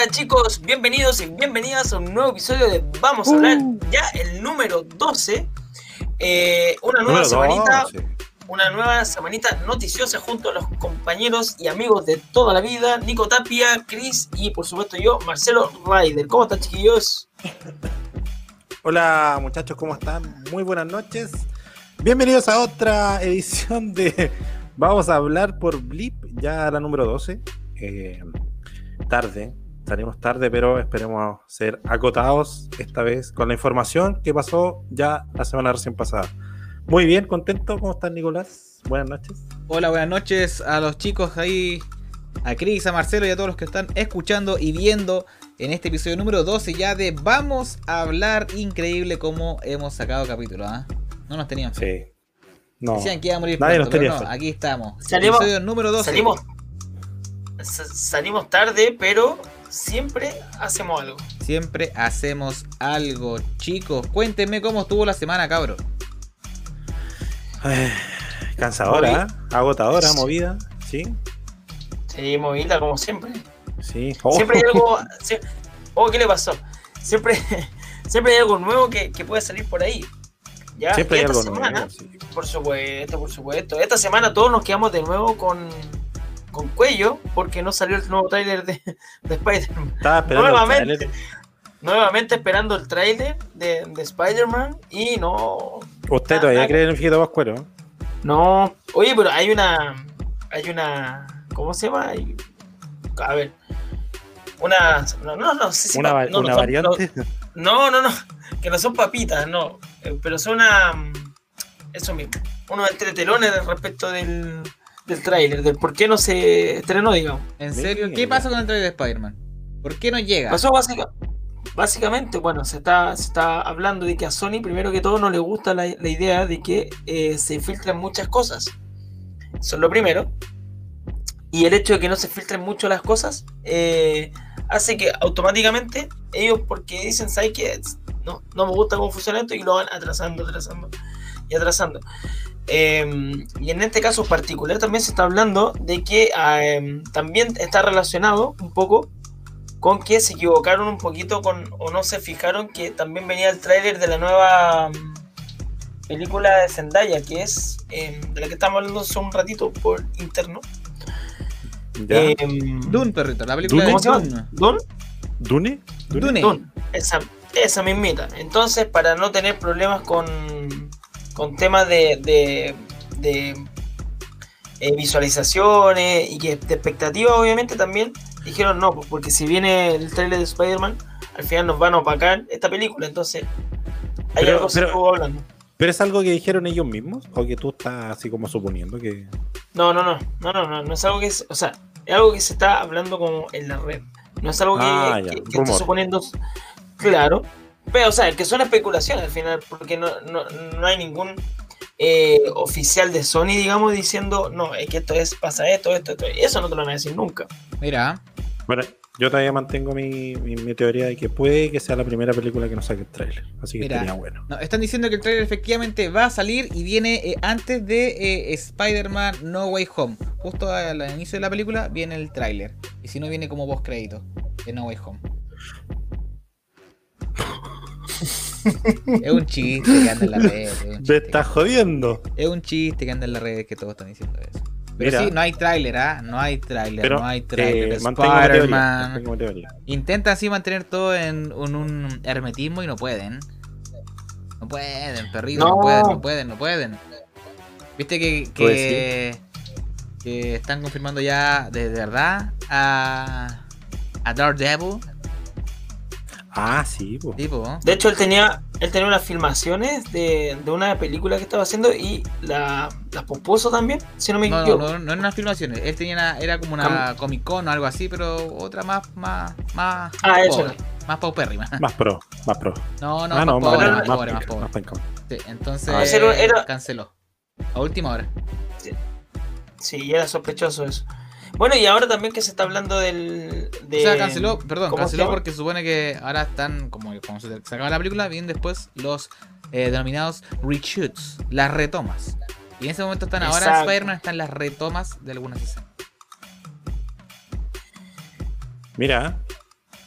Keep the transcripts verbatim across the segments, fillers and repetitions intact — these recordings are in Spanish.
Hola chicos, bienvenidos y bienvenidas a un nuevo episodio de Vamos a hablar, uh. ya el número doce. Eh, una nueva número semanita, doce. Una nueva semanita noticiosa junto a los compañeros y amigos de toda la vida, Nico Tapia, Chris y por supuesto yo, Marcelo Ryder. ¿Cómo están, chiquillos? Hola muchachos, ¿cómo están? Muy buenas noches. Bienvenidos a otra edición de Vamos a hablar por Blip, ya la número doce. Eh, tarde, salimos tarde, pero esperemos ser acotados esta vez con la información que pasó ya la semana recién pasada. Muy bien, contento. ¿Cómo estás, Nicolás? Buenas noches. Hola, buenas noches a los chicos ahí, a Chris, a Marcelo y a todos los que están escuchando y viendo en este episodio número doce ya de Vamos a hablar. Increíble cómo hemos sacado capítulos, ¿eh? No nos tenían fe. Sí. No. Decían que iba a morir Nadie pronto, nos tenía pero no, fe. aquí estamos. Salimos, episodio número doce. Salimos, salimos tarde, pero siempre hacemos algo. Siempre hacemos algo, chicos. Cuéntenme cómo estuvo la semana, cabros. Eh, cansadora, ¿eh? Agotadora, sí. Movida, ¿sí? Sí, movida como siempre. Sí. Oh. Siempre hay algo. Sie- oh, ¿qué le pasó? Siempre, siempre hay algo nuevo que, que puede salir por ahí. ¿Ya? Siempre hay esta algo semana, nuevo, sí. Por supuesto, por supuesto. Esta semana todos nos quedamos de nuevo con, con cuello porque no salió el nuevo tráiler de, de Spider-Man. Estaba esperando Nuevamente, el tráiler. nuevamente esperando el tráiler de, de Spider-Man y no. ¿Usted nada, todavía nada. cree en el Figueroa Pascuero? No. Oye, pero hay una. Hay una. ¿Cómo se llama? Hay, a ver. Una. No, no, no sé si. ¿Una, va- no, una no son- variante? No, no, no. Que no son papitas, no. Eh, Pero son una. Eso mismo. Unos entretelones respecto del. Del tráiler, del por qué no se estrenó, digamos. ¿En serio? Mira. ¿Qué pasa con el trailer de Spider-Man? ¿Por qué no llega? Pasó básica, básicamente, bueno, se está, se está hablando de que a Sony, primero que todo, no le gusta la, la idea de que eh, se filtren muchas cosas. Eso es lo primero. Y el hecho de que no se filtren mucho las cosas eh, hace que automáticamente ellos, porque dicen, ¿sabes qué? No, no me gusta cómo funciona esto, y lo van atrasando, atrasando y atrasando. Eh, y en este caso particular también se está hablando de que eh, también está relacionado un poco con que se equivocaron un poquito con, o no se fijaron que también venía el tráiler de la nueva um, película de Zendaya, que es eh, de la que estamos hablando hace un ratito por interno. ¿Ya? Eh, Dune, perrito, la película ¿Cómo de se llama? Dune. ¿Dune? ¿Dune? Dune. Dune, esa, esa mismita. Entonces, para no tener problemas con, con temas de, de, de eh, visualizaciones y que de expectativas, obviamente, también dijeron no, pues, porque si viene el trailer de Spider-Man, al final nos van a opacar esta película. Entonces, hay Pero- algo que se pero- estuvo hablando. ¿Pero es algo que dijeron ellos mismos? ¿O que tú estás así como suponiendo que...? No, no, no, no, no, no, no es algo que es, o sea, es algo que se está hablando como en la red. No es algo que, Ah, ya, que, que esté rumor. suponiendo, claro. Pero, o sea, que son especulaciones al final, porque no, no, no hay ningún eh, oficial de Sony, digamos, diciendo, no, es que esto es, pasa esto, esto, esto. Eso no te lo van a decir nunca. Mira, Bueno, yo todavía mantengo mi, mi, mi teoría de que puede que sea la primera película que nos saque el tráiler. Así que Mira. estaría bueno. no, están diciendo que el trailer efectivamente va a salir y viene eh, antes de eh, Spider-Man No Way Home. Justo al inicio de la película viene el tráiler. Y si no, viene como post crédito de No Way Home. Es un chiste que anda en la red. Es un ¡Me chiste, estás jodiendo! es un chiste que anda en la red que todos están diciendo eso. Pero Mira. sí, no hay tráiler, ¿ah? No hay tráiler, Pero no hay tráiler. eh, mantengo mi teoría, Spider-Man. mantengo mi teoría. Intentan así mantener todo en un, un hermetismo y no pueden. No pueden, perrito, no. No. pueden, no pueden, no pueden. Viste que, ¿Puedo que, que están confirmando ya de verdad a, a Daredevil, Ah, sí, pues. tipo. De hecho, él tenía, él tenía unas filmaciones de, de una película que estaba haciendo y la, las pospuso también, si no me No, no, equivoco. no, no eran unas filmaciones. Él tenía una, era como una Comic Con o algo así, pero otra más, más, más, Ah, más eso pobre, más paupérrima. Más pro, más pro. No, no, ah, más no, pobre, más, más, más, pobre, más penca, pobre. más penca. Sí, entonces Ah, ese era- era- canceló. A última hora. Sí, era sospechoso eso. Bueno, y ahora también que se está hablando del... De, O sea, canceló, perdón, ¿cómo se canceló llama? porque se supone que ahora están, como cuando se se acaba la película, vienen después los eh, denominados reshoots, las retomas. Y en ese momento están ahora Exacto. Spider-Man, están las retomas de algunas escenas. Mira,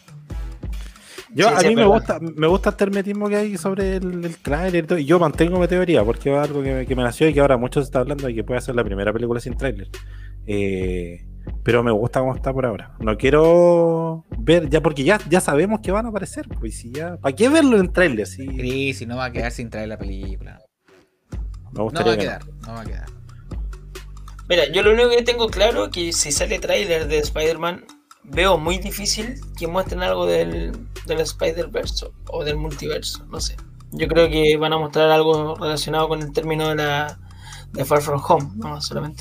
Yo, Sí, a sí, mí es me verdad. gusta, me gusta este hermetismo que hay sobre el, el tráiler y todo, y yo mantengo mi teoría, porque es algo que, me- que me nació y que ahora mucho se está hablando de que puede ser la primera película sin tráiler. Eh, pero me gusta cómo está por ahora. No quiero ver, ya porque ya, ya sabemos que van a aparecer, pues si ya. ¿Para qué verlo en tráiler? Si Crisis, no va a quedar sin traer la película. me No gustaría va a que quedar, no va a quedar. Mira, yo lo único que tengo claro es que si sale tráiler de Spider-Man, veo muy difícil que muestren algo del, del Spider-Verse o del multiverso, no sé. Yo creo que van a mostrar algo relacionado con el término de la de Far From Home, no solamente.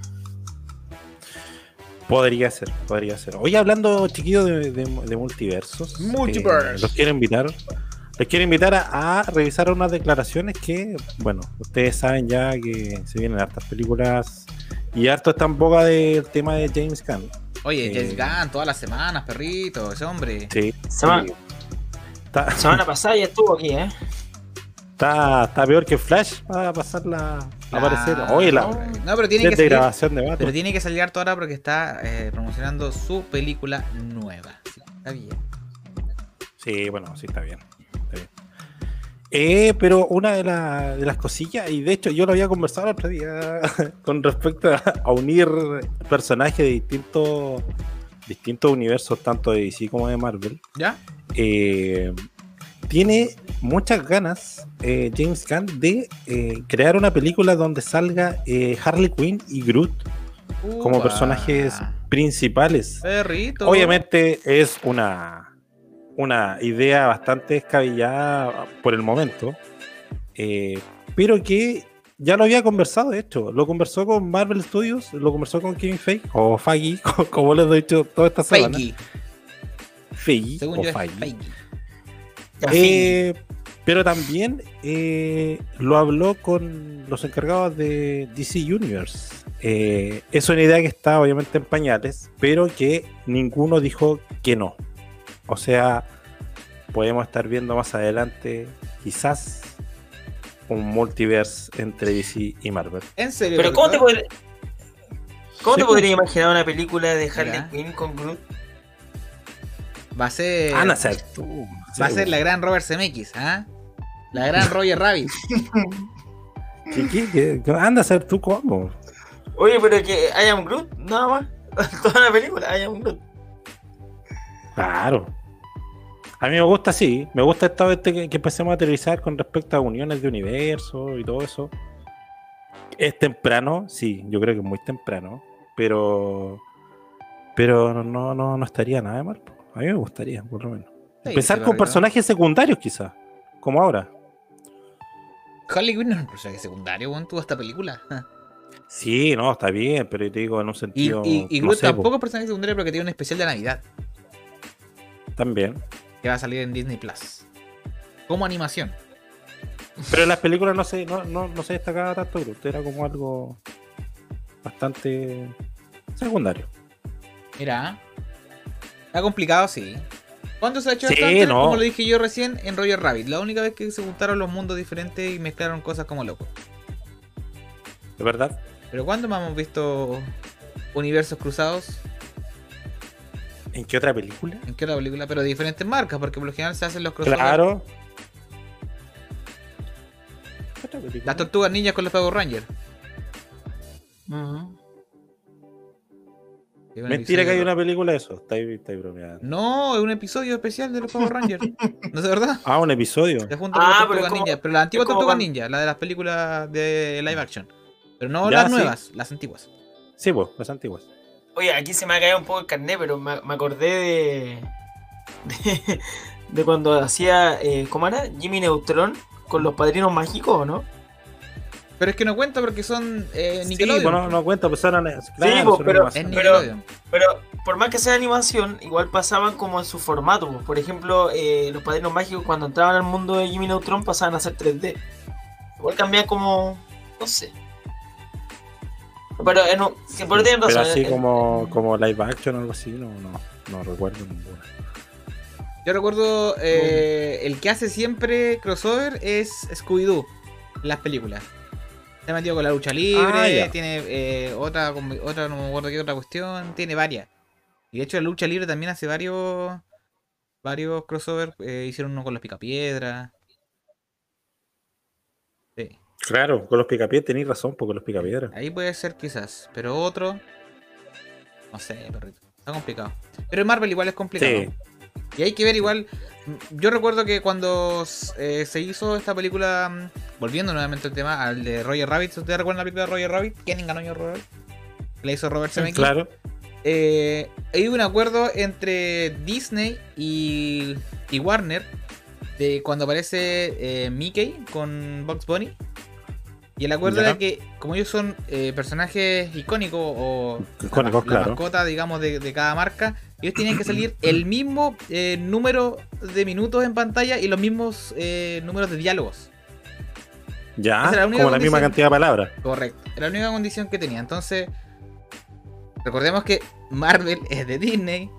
podría ser, podría ser. Hoy hablando, chiquillos, de, de- de multiversos, Multiverse. eh, los quiero invitar. Les quiero invitar a, a revisar unas declaraciones que, bueno, ustedes saben ya que se vienen hartas películas y harto está en boga del tema de James Gunn. Oye, Eh, James Gunn, todas las semanas, perrito, ese hombre. Sí. Semana, sí. Está, semana pasada ya estuvo aquí, ¿eh? está, está peor que Flash para pasar la, a aparecer. Claro. Oye, la No, pero tiene set que de salir, grabación de Batman. pero tiene que salir harto ahora porque está eh, promocionando su película nueva. Sí, está bien. Sí, bueno, sí, está bien. Está bien. Eh, pero una de, la- de las cosillas, y de hecho yo lo había conversado el otro día con respecto a, a unir personajes de distintos distintos universos, tanto de D C como de Marvel. ¿Ya? Eh, tiene muchas ganas eh, James Gunn de eh, crear una película donde salga eh, Harley Quinn y Groot como Upa. personajes principales. Perrito. Obviamente es una, una idea bastante descabellada por el momento, eh, pero que ya lo había conversado, de hecho. Lo conversó con Marvel Studios, lo conversó con Kevin Feige, o Feige, como les he dicho toda esta semana. Feige. Feige, Según o yo es Feige. Feige. Eh, pero también eh, lo habló con los encargados de D C Universe. Eh, es una idea que está obviamente en pañales, pero que ninguno dijo que no. O sea, podemos estar viendo más adelante quizás un multiverse entre D C y Marvel. ¿En serio? Pero ¿cómo te, productor? podr- ¿cómo Sí, te podrías imaginar una película de Harley Mira. Quinn con Groot? Va a ser. Van a ser tú. Va a ser la gran Robert Zemeckis, ¿ah? La gran Roger Rabbit. ¿Qué, qué, qué? Anda a ser tú cómo. Oye, pero que haya un Groot, nada más. Toda la película haya un Groot. Claro. A mí me gusta, sí. Me gusta esta vez que, que empecemos a teorizar con respecto a uniones de universo y todo eso. Es temprano, sí. Yo creo que es muy temprano. Pero. Pero no, no, no estaría nada de mal. A mí me gustaría, por lo menos. Sí, Empezar sí, con barriga. personajes secundarios, quizás. Como ahora. Harley Quinn no es un personaje secundario, weón, tuvo esta película. Sí, no, está bien. Pero yo te digo en un Y, sentido. y, y no Groot sé, tampoco po, es personaje secundario porque tiene un especial de Navidad también. que va a salir en Disney Plus. Como animación. Pero en las películas no se, no, no, no se destacaba tanto Groot. Era como algo bastante secundario. Mira. Está complicado, sí. ¿Cuándo se ha hecho Sí, esto antes? no. Como lo dije yo recién, en Roger Rabbit. La única vez que se juntaron los mundos diferentes y mezclaron cosas como locos. ¿De verdad? Pero ¿cuándo más hemos visto universos cruzados? ¿En qué otra película? ¿En qué otra película? Pero de diferentes marcas, porque por lo general se hacen los crossovers. Claro. ¿Qué otra película? Las tortugas ninjas con los Power Rangers. Ujú. Es un Mentira episodio- que hay una película de eso. Está ahí, está ahí bromeando. No, es un episodio especial de los Power Rangers. ¿No es verdad? Ah, un episodio. Se juntan Ah, con las pero tortugas es como- ninjas. Pero las antiguas es como tortugas cuando- ninjas, la de las películas de live action. Pero no Ya, las sí. nuevas, las antiguas. Sí, pues, las antiguas. Oye, aquí se me ha caído un poco el carnet, pero me, me acordé de, de. de cuando hacía. Eh, ¿Cómo era? Jimmy Neutron con los padrinos mágicos, ¿o no? Pero es que no cuenta porque son eh, Sí, Nickelodeon. pues no, no cuenta, pues eran. Claro, pues, son pero- Es animaciones. Pero- Nickelodeon. Pero por más que sea animación, igual pasaban como en su formato. Pues. Por ejemplo, eh, los padrinos mágicos cuando entraban al mundo de Jimmy Neutron pasaban a ser tres D. Igual cambian como. No sé. Pero eh, no, que por tienen Pero razón. así eh, como, como live action o algo así, no, no, no recuerdo ninguna. Yo recuerdo eh, el que hace siempre crossover es Scooby-Doo. En las películas. Se ha metido con la lucha libre, Ah, ya. tiene eh, otra, otra, no me acuerdo qué otra cuestión, tiene varias. Y de hecho la lucha libre también hace varios varios crossover. Eh, hicieron uno con los Picapiedra. Sí. Claro, con los picapiedras tenéis razón, porque los picapiedras. Ahí puede ser quizás. Pero otro. No sé, perrito. Está complicado. Pero en Marvel igual es complicado. Sí. Y hay que ver igual. Yo recuerdo que cuando eh, se hizo esta película, volviendo nuevamente al tema, al de Roger Rabbit, ¿ustedes recuerdan la película de Roger Rabbit? ¿Quién engañó a Roger Rabbit? La hizo Robert Zemeckis. Claro. Eh, hay un acuerdo entre Disney y, y Warner de cuando aparece eh, Mickey con Bugs Bunny. Y el acuerdo Ya. era que, como ellos son eh, personajes icónicos o Icónicos, la, la claro. mascota, digamos, de, de cada marca, ellos tenían que salir el mismo eh, número de minutos en pantalla y los mismos eh, números de diálogos. Ya, Esa era la única como la misma condición. cantidad de palabras. Correcto. Era la única condición que tenía. Entonces, recordemos que Marvel es de Disney,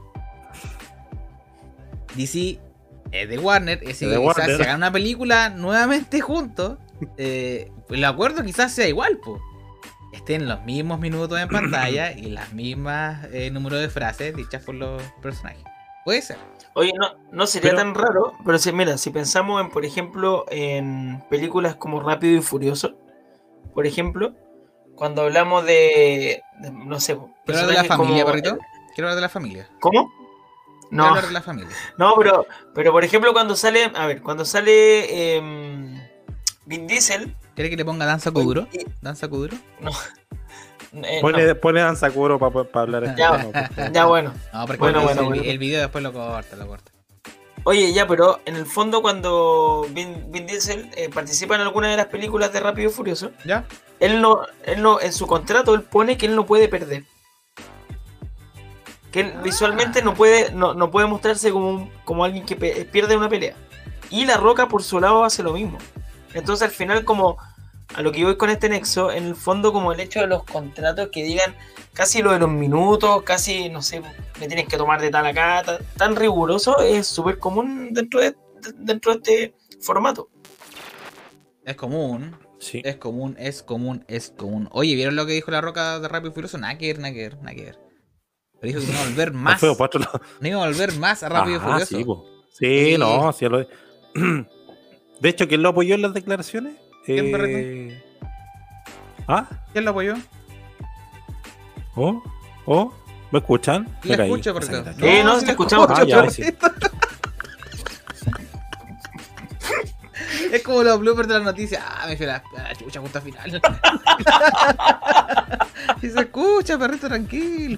D C es de Warner, es decir, Es de quizás Warner. si hagan una película nuevamente juntos, eh, el acuerdo quizás sea igual, pues. Estén los mismos minutos en pantalla y las mismas eh, números de frases dichas por los personajes. Puede ser. Oye, no, no sería Pero- tan raro, pero si, mira, si pensamos en, por ejemplo, en películas como Rápido y Furioso, por ejemplo, cuando hablamos de, de, no sé, Quiero hablar de la personajes familia, como- perrito. Quiero hablar de la familia. ¿Cómo? Quiero No, hablar de la familia. no, pero, pero por ejemplo cuando sale, a ver, cuando sale em, Vin Diesel, ¿Quiere que le ponga Danza Kuduro? y- ¿Danza Kuduro? eh, Pone, no, pone Danza Kuro para hablar este Ya. tema, por favor. ya bueno. No, porque Bueno, el, bueno, el- bueno. el video después lo corta, lo corta. Oye, ya, pero en el fondo cuando Vin, Vin Diesel eh, participa en alguna de las películas de Rápido y Furioso, ¿Ya? él no, él no, en su contrato él pone que él no puede perder. Que él visualmente no puede, no, no puede mostrarse como, un- como alguien que pe- pierde una pelea. Y La Roca por su lado hace lo mismo. Entonces al final como a lo que yo voy con este nexo, en el fondo como el hecho de los contratos que digan casi lo de los minutos, casi, no sé, me tienes que tomar de tal acá, tan, tan riguroso, es súper común dentro de, dentro de este formato. Es común. Sí. Es común, es común, es común. Oye, ¿vieron lo que dijo la Roca de Rápido y Furioso? Nada que ver, nada que ver, nada que ver. Pero dijo que no iba a volver No más. fue por otro lado. No iba a volver más a Rápido y Ah, Furioso. sí, po. Sí, Sí. no, sí, lo... De hecho, ¿quién lo apoyó en las declaraciones? ¿Quién, Eh... perrito? ¿Ah? ¿Quién lo apoyó? ¿Oh? ¿Oh? ¿Me escuchan? Le Me caí. escucho, perrito. Esa que- Eh, no, sí te le escuchamos, escucho, Ah, ya, sí. perrito. Es como los bloopers de las noticias. Ah, me fui a la, a la chucha justo al final. Y se escucha, perrito, tranquilo.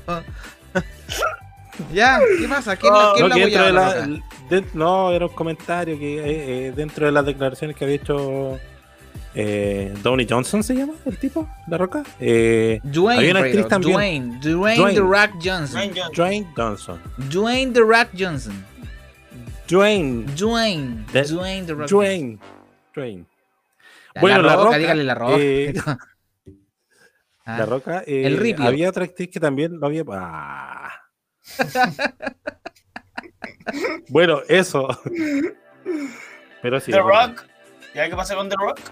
Ya, ¿qué pasa? ¿Quién, No, ¿quién No, lo que apoyó dentro a de la la, Roca? de- no, era un comentario que eh, eh, dentro de las declaraciones que había hecho eh, Downey Johnson, ¿se llama el tipo? ¿La Roca? Eh, Dwayne, había una actriz perrito, también. Dwayne, Dwayne, Dwayne. The Rock Johnson. Dwayne Johnson. Dwayne Johnson. Dwayne The Rock Johnson. Dwayne. Dwayne. De- Dwayne The Rock Dwayne. Dwayne. Johnson. Bueno, la La Roca, Roca, dígale la Roca. eh, Ah, La Roca. eh, El Ripley. había otra actriz que también lo había. Ah. Bueno, eso. Pero sí. The es verdad. Rock. ¿Ya qué pasa con The Rock?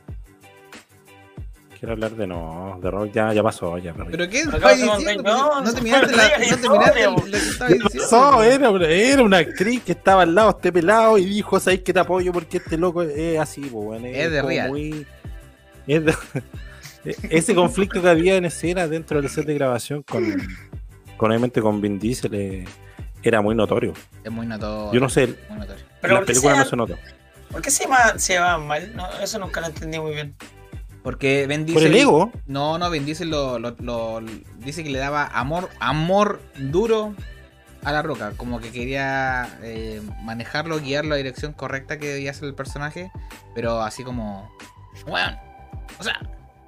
Quiero hablar de no. The Rock ya, ya pasó, ya. perrito. ¿Pero qué Acá estabas se diciendo? mantenga- No, no, terminaste, la, no, no terminaste no, lo que estabas ¿Qué diciendo. pasó? Era, una- era una actriz que estaba al lado de este pelado y dijo, ¿sabes que te apoyo? Porque este loco es así, pues, bueno, Es de como real. muy- es de- Ese conflicto que había en escena dentro del set de grabación con, con obviamente con Vin Diesel eh, era muy notorio. Es muy notorio. Yo no sé, Muy notorio. Pero en las ¿por qué películas se- no se notó. ¿Por qué se llama- se llamaban mal? No, eso nunca lo entendí muy bien. Porque Vin Por Diesel. el ego, No, no, Vin Diesel lo, lo- lo- dice que le daba amor, amor duro a la Roca. Como que quería eh, manejarlo, guiarlo a la dirección correcta que debía hacer el personaje. Pero así como. Bueno, o sea.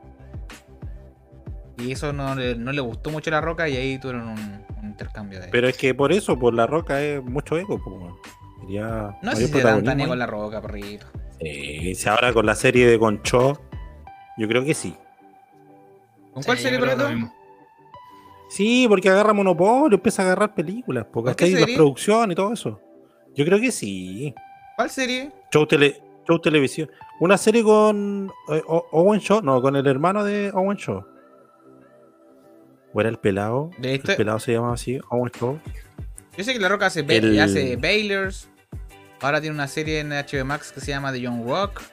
Y eso no le, no le gustó mucho a la Roca y ahí tuvieron un, un intercambio de. pero es que por eso, por La Roca es mucho ego. Pues, bueno. Quería no mayor sé si le dan tan protagonismo ego a ahí. la Roca, perrito. Sí, si ahora con la serie de Concho, yo creo que sí. ¿Con cuál Sí, serie, yo creo lo perrito? mismo. Sí, porque agarra Monopolio, empieza a agarrar películas, porque ¿Por qué hasta ahí las serie? producciones y todo eso. Yo creo que sí. ¿Cuál serie? Show, tele, show televisión. Una serie con eh, O- Owen Shaw, no, con el hermano de Owen Shaw. ¿O era el pelado? De El este- pelado se llamaba así, Owen Shaw. Yo sé que La Roca hace, El- hace Baylors. Ahora tiene una serie en H B O Max que se llama The Young Rock.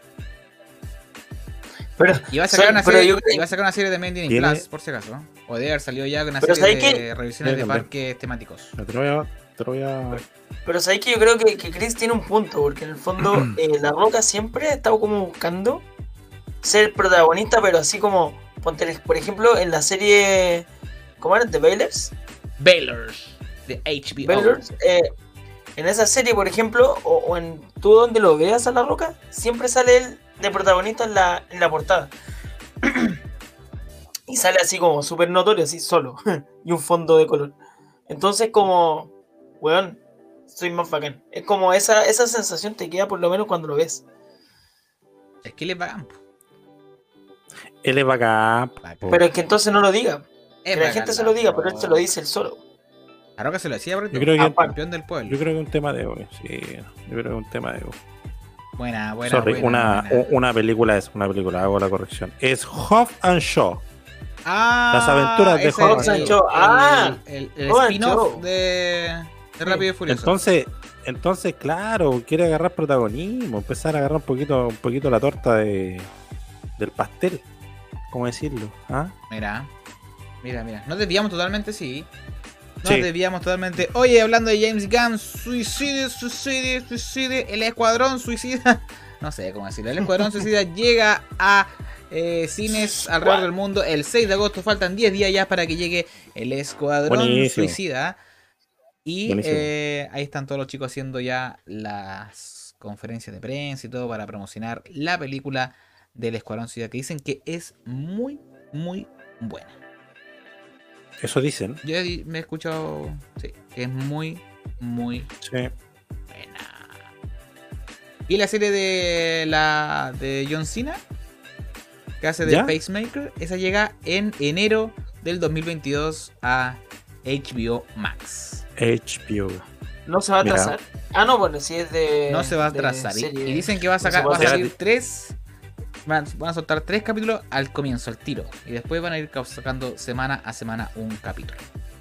Pero, Y va a sacar, son- una, pero serie, yo- y va a sacar una serie de Men in ¿Tiene? Plus, por si acaso. O de haber salido ya con una Pero serie de ¿sabes qué? revisiones de Sí, también. parques temáticos. Te lo voy a. Te lo voy a... Pero sabéis que yo creo que, que Chris tiene un punto, porque en el fondo eh, La Roca siempre ha estado como buscando ser protagonista, pero así como, ponte, por ejemplo, en la serie, ¿cómo era? ¿The Baylors? Baylors, de H B O. Baylors, eh, en esa serie, por ejemplo, o, o en tú donde lo veas a La Roca, siempre sale él de protagonista en la, en la portada. Y sale así como súper notorio, así solo, y un fondo de color. Entonces como, weón, soy más bacán. Es como esa, esa sensación te queda por lo menos cuando lo ves. Es que le pagan. po. Él es bacán. po. Pero es que entonces no lo diga. Es Que la bacán gente se La lo diga, pero él se lo Roca. dice él solo. La Roca se lo decía, bro. Yo creo que- Ah, campeón del pueblo. Yo creo que es un tema de ego. Sí, yo creo que es un tema de ego. Buena, buena, Sorry, buena, una, buena. u- una película es una película, hago la corrección. Es Hobbs and Shaw. Ah, Las aventuras de ese Hobbs es and el- Shaw. el- Ah, el, el Hobbs and spin-off Shaw. de, de Rápido y Furioso. Entonces, entonces, claro, quiere agarrar protagonismo, empezar a agarrar un poquito, un poquito la torta de, del pastel. ¿Cómo decirlo? ¿Ah? Mira, mira, mira. Nos desviamos totalmente, sí. Nos Sí. desviamos totalmente. Oye, hablando de James Gunn, suicidio, suicidio, suicidio. El Escuadrón Suicida. No sé cómo decirlo. El Escuadrón Suicida llega a eh, cines alrededor del mundo el seis de agosto. Faltan diez días ya para que llegue el Escuadrón Buenísimo. Suicida. Y Buenísimo. eh, ahí están todos los chicos haciendo ya las conferencias de prensa y todo para promocionar la película del Escuadrón Suicida, que dicen que es muy, muy buena. Eso dicen. Yo he- me he escuchado, sí, que es muy, muy Sí. buena. Y la serie de la de John Cena, que hace de ¿Ya? Pacemaker, esa llega en enero del dos mil veintidós a H B O Max. H B O. No se va a Mira. atrasar. Ah, no, bueno, si es de. No se va a de atrasar. Y, serie. y dicen que va a No sacar, se va a puede salir hacer. tres. Van, van a soltar tres capítulos al comienzo, al tiro. Y después van a ir sacando semana a semana un capítulo.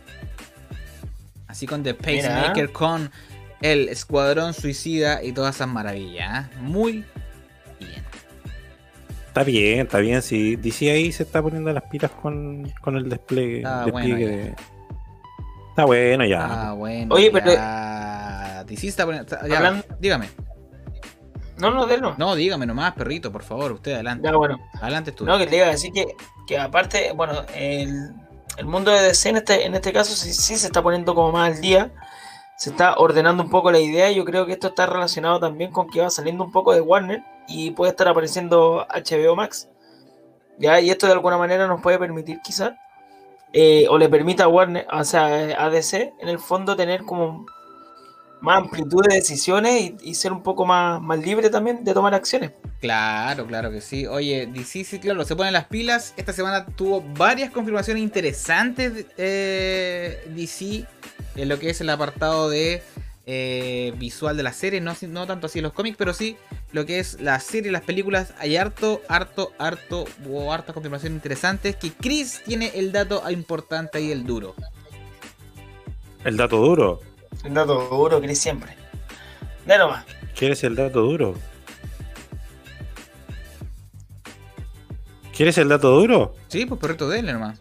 Así con The Pacemaker, Mira. con el Escuadrón Suicida y todas esas maravillas. ¿eh? Muy bien. Está bien, está bien. Si D C ahí se está poniendo las pilas con, con el despliegue, Está despliegue bueno ya. de. Está bueno ya. Ah, bueno. Oye, pero- ya. D C está poniendo. está- ya, Hablando- dígame. No, no, de no. No, dígame nomás, perrito, por favor. Usted adelante. Ya, bueno. Adelante tú. No, que te iba a decir que, que aparte, bueno, el, el mundo de D C en este, en este caso sí, sí se está poniendo como más al día. Se está ordenando un poco la idea. Y yo creo que esto está relacionado también con que va saliendo un poco de Warner y puede estar apareciendo H B O Max. ¿Ya? Y esto de alguna manera nos puede permitir quizás, eh, o le permita a Warner, o sea, a D C, en el fondo tener como más amplitud de decisiones y, y ser un poco más, más libre también de tomar acciones. Claro, claro que sí. Oye, D C, sí, claro, se ponen las pilas. Esta semana tuvo varias confirmaciones interesantes eh, D C en lo que es el apartado de eh, visual de la serie. No, no tanto así en los cómics, pero sí lo que es la serie, las películas. Hay harto, harto, harto, hubo hartas confirmaciones interesantes. Que Chris tiene el dato importante ahí, el duro. El dato duro. El dato duro, Chris, siempre. De nomás. ¿Quieres el dato duro? ¿Quieres el dato duro? Sí, pues perrito, denle nomás.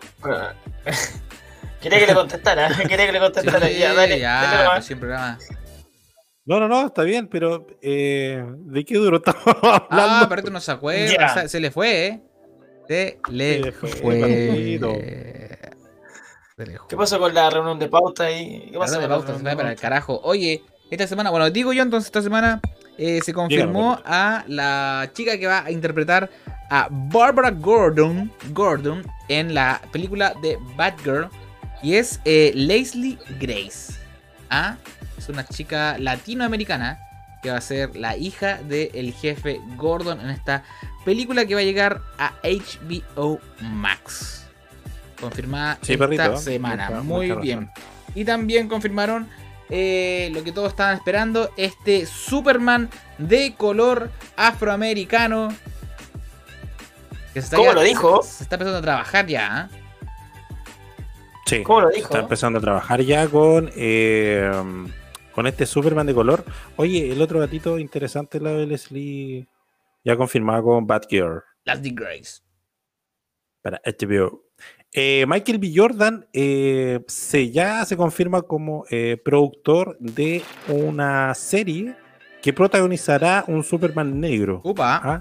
Quería que le contestara, quería que le contestara. Sí, ya, dale, ya, dale pues nomás. siempre programa. No, no, no, está bien, pero eh, ¿de qué duro estamos Ah, hablando? pero esto no se acuerda. Ya. o sea, se le fue, ¿eh? Se le, Se le fue, fue. Marquito. Se le fue. ¿Qué pasó con la reunión de pauta ahí? ¿Qué La pasó ronda de con la pauta se reunión fue de para el pauta? carajo. Oye, esta semana, bueno, digo yo entonces, esta semana eh, se confirmó Dígame, a la chica que va a interpretar a Barbara Gordon, Gordon en la película de Batgirl. Y es eh, Leslie Grace. ¿Ah? Es una chica latinoamericana que va a ser la hija del jefe Gordon en esta película que va a llegar a H B O Max. Confirmada Sí, esta perrito. semana. Mucha- Muy mucha bien. razón. Y también confirmaron eh, lo que todos estaban esperando: este Superman de color afroamericano. Que se está ¿Cómo ya- lo dijo? Se está empezando a trabajar ya. ¿eh? Sí, ¿Cómo lo dijo? está empezando a trabajar ya con, eh, con este Superman de color. Oye, el otro gatito interesante, la de Leslie, ya confirmado con Batgirl. Leslie Grace. Para H B O. Eh, Michael B. Jordan eh, se, ya se confirma como eh, productor de una serie que protagonizará un Superman negro. Upa. ¿Ah?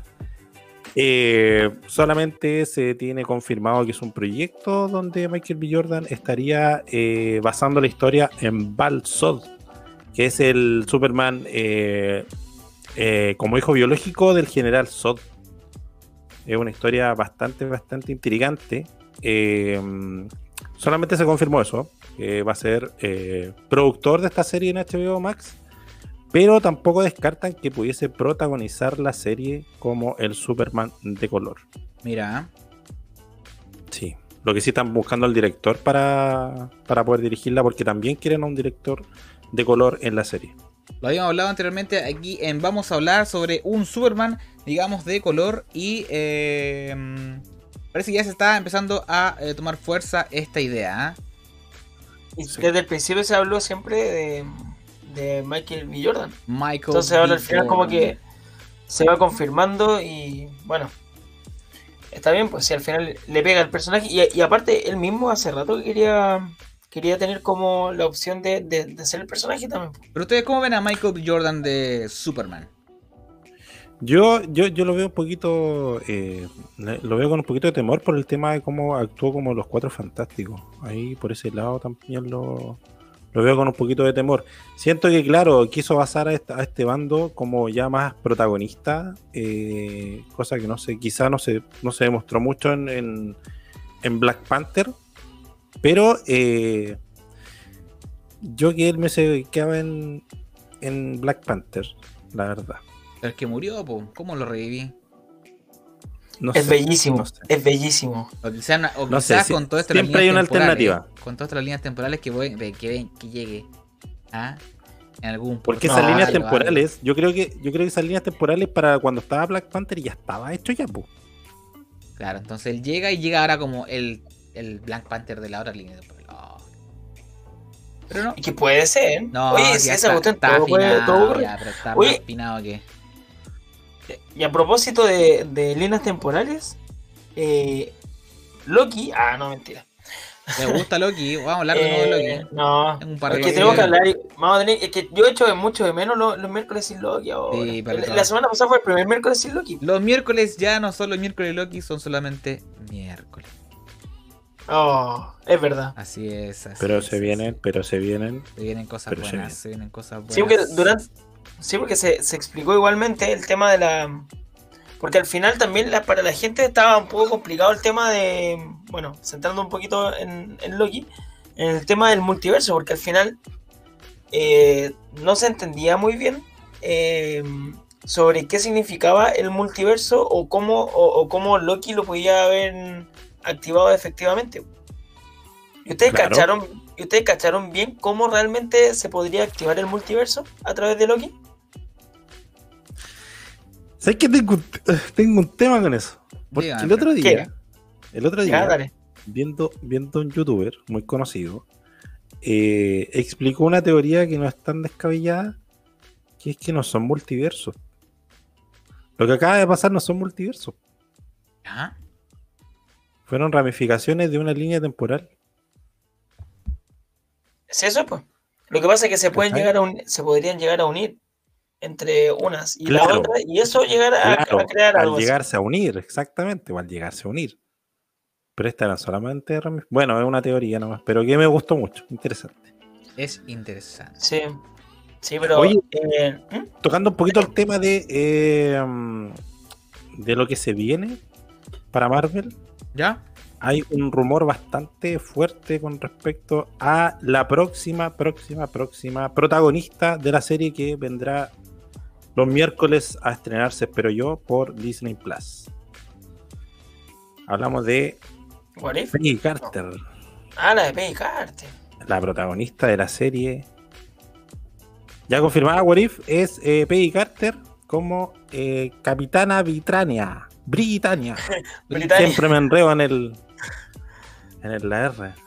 Eh, solamente se tiene confirmado que es un proyecto donde Michael B. Jordan estaría eh, basando la historia en Val-Zod, que es el Superman eh, eh, como hijo biológico del general Zod. Es una historia bastante, bastante intrigante. Eh, solamente se confirmó eso, que va a ser eh, productor de esta serie en H B O Max, pero tampoco descartan que pudiese protagonizar la serie como el Superman de color. Mira. Sí, lo que sí están buscando al director para, para poder dirigirla, porque también quieren a un director de color en la serie. Lo habíamos hablado anteriormente aquí en Vamos a hablar sobre un Superman, digamos, de color. Y eh, parece que ya se está empezando a eh, tomar fuerza esta idea. ¿eh? Y desde el principio se habló siempre de, de Michael B. Jordan. Michael Entonces ahora B. al final Jordan. como que se va confirmando y bueno, está bien, pues si al final le pega al personaje. Y, y aparte él mismo hace rato que quería... Quería tener como la opción de, de, de ser el personaje también. Pero ustedes, ¿cómo ven a Michael B. Jordan de Superman? Yo, yo, yo lo veo un poquito, eh, lo veo con un poquito de temor por el tema de cómo actuó como los Cuatro Fantásticos. Ahí por ese lado también lo, lo veo con un poquito de temor. Siento que, claro, quiso basar a, esta, a este bando como ya más protagonista, eh, cosa que no sé, quizá no se, no se demostró mucho en, en, en Black Panther. Pero eh, yo que él me se quedaba en, en Black Panther, la verdad. El que murió, po. ¿Cómo lo reviví? No es sé, bellísimo, no sé. es bellísimo. O quizás, o No quizás sé, con si- todo esto siempre hay una alternativa. Con todas estas líneas temporales que voy, que, ven- que llegue a en algún Porque portal esas líneas o algo. temporales, yo creo que yo creo que esas líneas temporales para cuando estaba Black Panther ya estaba hecho ya, po. Claro, entonces él llega y llega ahora como el, el Black Panther de la otra línea temporal. Oh. Pero no. Y que puede ser. No, Oye, ya si está, esa cuestión está todo puede, afinado, todo ocurre. ya, pero está Oye. más afinado que... Y a propósito de, de líneas temporales, eh, Loki. Ah, no, mentira. ¿Te gusta Loki? Vamos a hablar de nuevo de Eh, Loki. no, Tengo un par es de que cosas tenemos que que ver. hablar. y- Vamos a tener, es que yo he hecho de mucho de menos los, los miércoles sin Loki ahora. Sí, pero la, todo. la semana pasada fue el primer miércoles sin Loki. Los miércoles ya no son los miércoles de Loki, son solamente miércoles. Oh, es verdad. Así es. Así Pero es, se así vienen, es. pero se vienen. Se vienen cosas pero se buenas, vienen. se vienen cosas buenas. Sí, porque durante, sí, porque se, se explicó igualmente el tema de la. Porque al final también la, para la gente estaba un poco complicado el tema de. Bueno, centrando un poquito en, en Loki, en el tema del multiverso, porque al final eh, no se entendía muy bien eh, sobre qué significaba el multiverso o cómo, o, o cómo Loki lo podía haber activado efectivamente. ¿Y ustedes, Claro. cacharon, ¿Y ustedes cacharon bien cómo realmente se podría activar el multiverso a través de Loki? ¿Sabes que tengo, un- tengo un tema con eso? Porque Dígame, el otro ¿qué? día, el otro Ya, día, dale. viendo, viendo un youtuber muy conocido, eh, explicó una teoría que no es tan descabellada, que es que no son multiversos. Lo que acaba de pasar no son multiversos, ¿Ah? fueron ramificaciones de una línea temporal. ¿Es eso, pues? Lo que pasa es que se pueden ¿Cachai? llegar a un- se podrían llegar a unir entre unas y Claro. la otra, y eso llegar a, Claro, a crear algo al así. llegarse a unir, exactamente, o al llegarse a unir. Pero esta era solamente rami- bueno, es una teoría nomás, pero que me gustó mucho, interesante. Es interesante. Sí, sí, pero Oye. eh, ¿hmm? Tocando un poquito el tema de eh, de lo que se viene para Marvel, ¿Ya? hay un rumor bastante fuerte con respecto a la próxima, próxima, próxima protagonista de la serie que vendrá los miércoles a estrenarse, espero yo, por Disney Plus. Hablamos de What if? Peggy Carter, Ah, la de Peggy Carter. la protagonista de la serie. Ya confirmada, What If es eh, Peggy Carter como eh, Capitana Britannia. Britannia. Britannia. Siempre me enredo en el. En el, la R.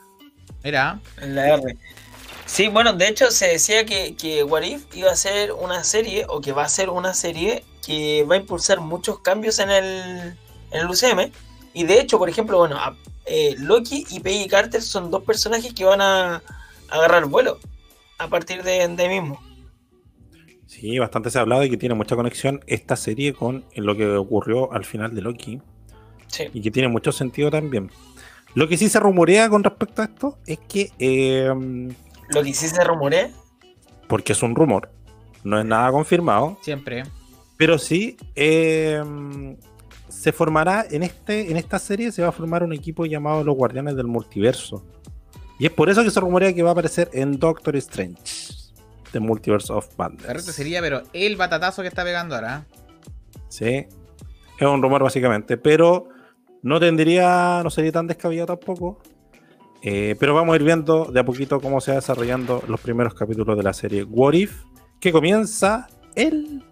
Mira. En la R. Sí, bueno, de hecho se decía que, que What If iba a ser una serie, o que va a ser una serie que va a impulsar muchos cambios en el, en el U C M. Y de hecho, por ejemplo, bueno, a- eh, Loki y Peggy Carter son dos personajes que van a, a agarrar vuelo a partir de, de ahí mismo. Sí, bastante se ha hablado de que tiene mucha conexión esta serie con lo que ocurrió al final de Loki. Sí. Y que tiene mucho sentido también. Lo que sí se rumorea con respecto a esto es que, eh, Lo que sí se rumorea. porque es un rumor, no es nada confirmado, Siempre. pero sí eh, se formará en, este, en esta serie, se va a formar un equipo llamado los Guardianes del Multiverso. Y es por eso que se rumorea que va a aparecer en Doctor Strange, The Multiverse of Correcto Madness. sería, pero el batatazo que está pegando ahora. Sí, es un rumor básicamente, pero no tendría, no sería tan descabellado tampoco. Eh, pero vamos a ir viendo de a poquito cómo se va desarrollando los primeros capítulos de la serie What If, que comienza el,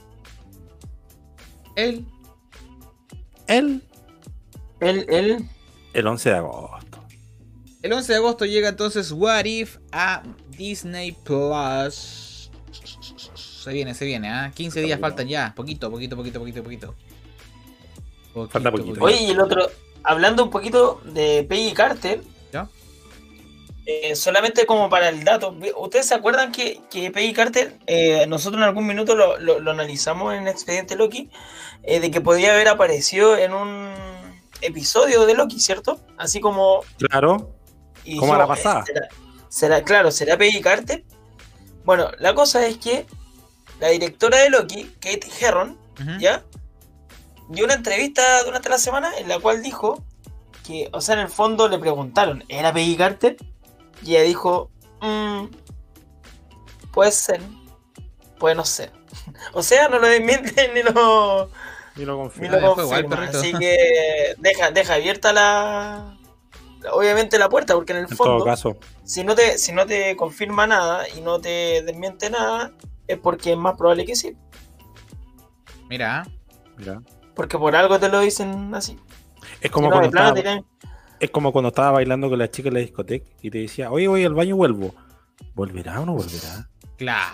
El. el, El, el, el once de agosto. El once de agosto llega entonces What If a Disney Plus. Se viene, se viene, ¿ah? quince días faltan ya. Poquito, poquito, poquito, poquito, poquito. Poquito, Falta poquito. Oye, y el otro, hablando un poquito de Peggy Carter, ¿Ya? eh, solamente como para el dato, ¿ustedes se acuerdan que, que Peggy Carter, eh, nosotros en algún minuto lo, lo- lo analizamos en Expediente Loki, eh, de que podía haber aparecido en un episodio de Loki, ¿cierto? Así como... Claro, y como a la dijimos, eh, pasada. ¿será, será- claro, ¿será Peggy Carter? Bueno, la cosa es que la directora de Loki, Kate Herron, Ujú. ¿ya? Dio una entrevista durante la semana en la cual dijo que, o sea, en el fondo le preguntaron, ¿era Peggy Carter? Y ella dijo, "Mm, puede ser, puede no ser". O sea, no lo desmienten ni lo, y lo ni confirmo. lo Ah, fue igual, confirma. perrito. Así que deja, deja abierta la, obviamente la puerta, porque en el En todo fondo, caso, si no te, si no te confirma nada y no te desmiente nada, es porque es más probable que sí. Mira. mira. Porque por algo te lo dicen así. Es Si como, no, cuando de plano estaba, te caen- es como cuando estaba bailando con la chica en la discoteca y te decía, oye, voy al baño y vuelvo. ¿Volverá o no volverá? Claro.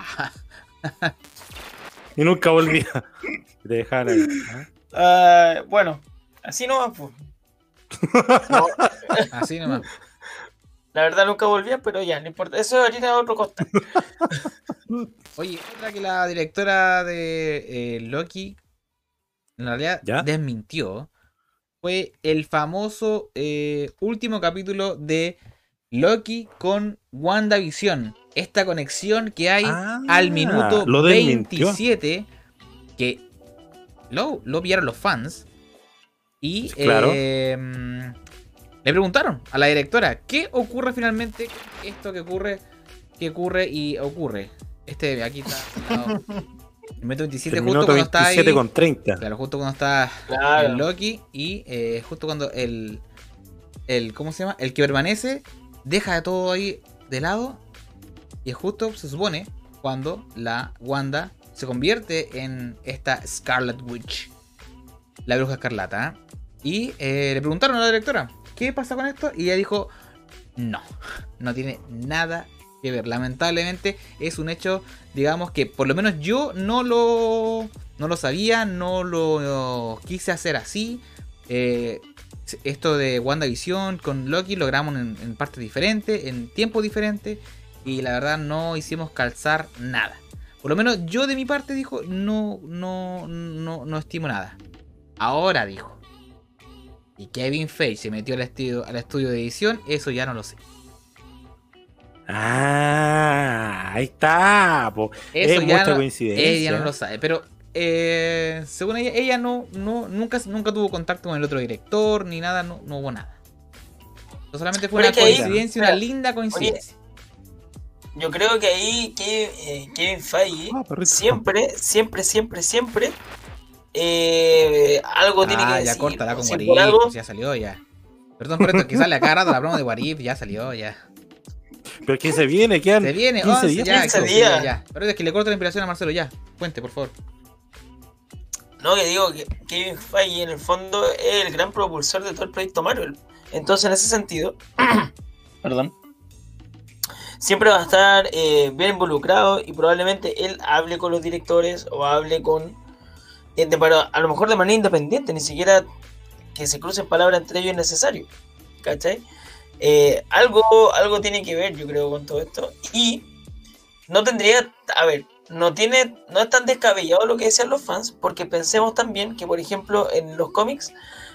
Y nunca volvía. Y te dejaban ahí. ¿ah? Ah, bueno, así no va, pues. No, Así nomás. la verdad nunca volvía, pero ya, no importa. Eso es harina de otro costal. Oye, otra que la directora de eh, Loki en realidad ¿Ya? desmintió fue el famoso eh, último capítulo de Loki con WandaVision. Esta conexión que hay Ah, al minuto lo desmintió. veintisiete que lo, lo pillaron los fans y Claro. eh, le preguntaron a la directora qué ocurre finalmente con esto que ocurre, que ocurre y ocurre. Este aquí está al lado. El minuto veintisiete, El justo minuto cuando está ahí. veintisiete con treinta. Claro, justo cuando está Claro. el Loki y eh, justo cuando el, el. ¿Cómo se llama? El que permanece deja de todo ahí de lado. Y es justo, se supone, cuando la Wanda se convierte en esta Scarlet Witch, la bruja escarlata. ¿eh? Y eh, le preguntaron a la directora, ¿qué pasa con esto? Y ella dijo, no, no tiene nada que ver. Lamentablemente es un hecho, digamos, que por lo menos yo no lo, no lo sabía, no lo, lo quise hacer así. Eh, esto de WandaVision con Loki lo grabamos en, en partes diferentes, en tiempos diferentes, y la verdad no hicimos calzar nada. Por lo menos yo de mi parte, dijo, no, no, no, no estimo nada. Ahora dijo, y Kevin Feige se metió al estudio, al estudio de edición, eso ya no lo sé. Ah, ahí está. Po. Eso es ya mucha no, coincidencia. ella no lo sabe, pero eh, según ella, ella no, no nunca, nunca tuvo contacto con el otro director ni nada, no, no hubo nada. Solamente fue Pero una es que ahí- coincidencia, una linda coincidencia. Yo creo que ahí Kevin, eh, Kevin Feige Ah, perrito. siempre, siempre, siempre, siempre eh, algo tiene que Ah, decir. ya córtala con Si What por If, algo- pues ya salió ya. Perdón por esto, que sale acá rato la broma de What If, ya salió ya. Pero que se viene, quedan Se viene, quince once, días. ya, quince quince días. ya. Pero es que le corto la inspiración a Marcelo ya. Cuente, por favor. No, que digo que Kevin Feige en el fondo es el gran propulsor de todo el proyecto Marvel. Entonces, en ese sentido, perdón, siempre va a estar eh, bien involucrado y probablemente él hable con los directores o hable con, eh, de, pero a lo mejor de manera independiente, ni siquiera que se crucen palabras entre ellos es necesario, ¿cachai? Eh, algo, algo tiene que ver, yo creo, con todo esto. Y no tendría, a ver, no tiene, no es tan descabellado lo que decían los fans, porque pensemos también que, por ejemplo, en los cómics,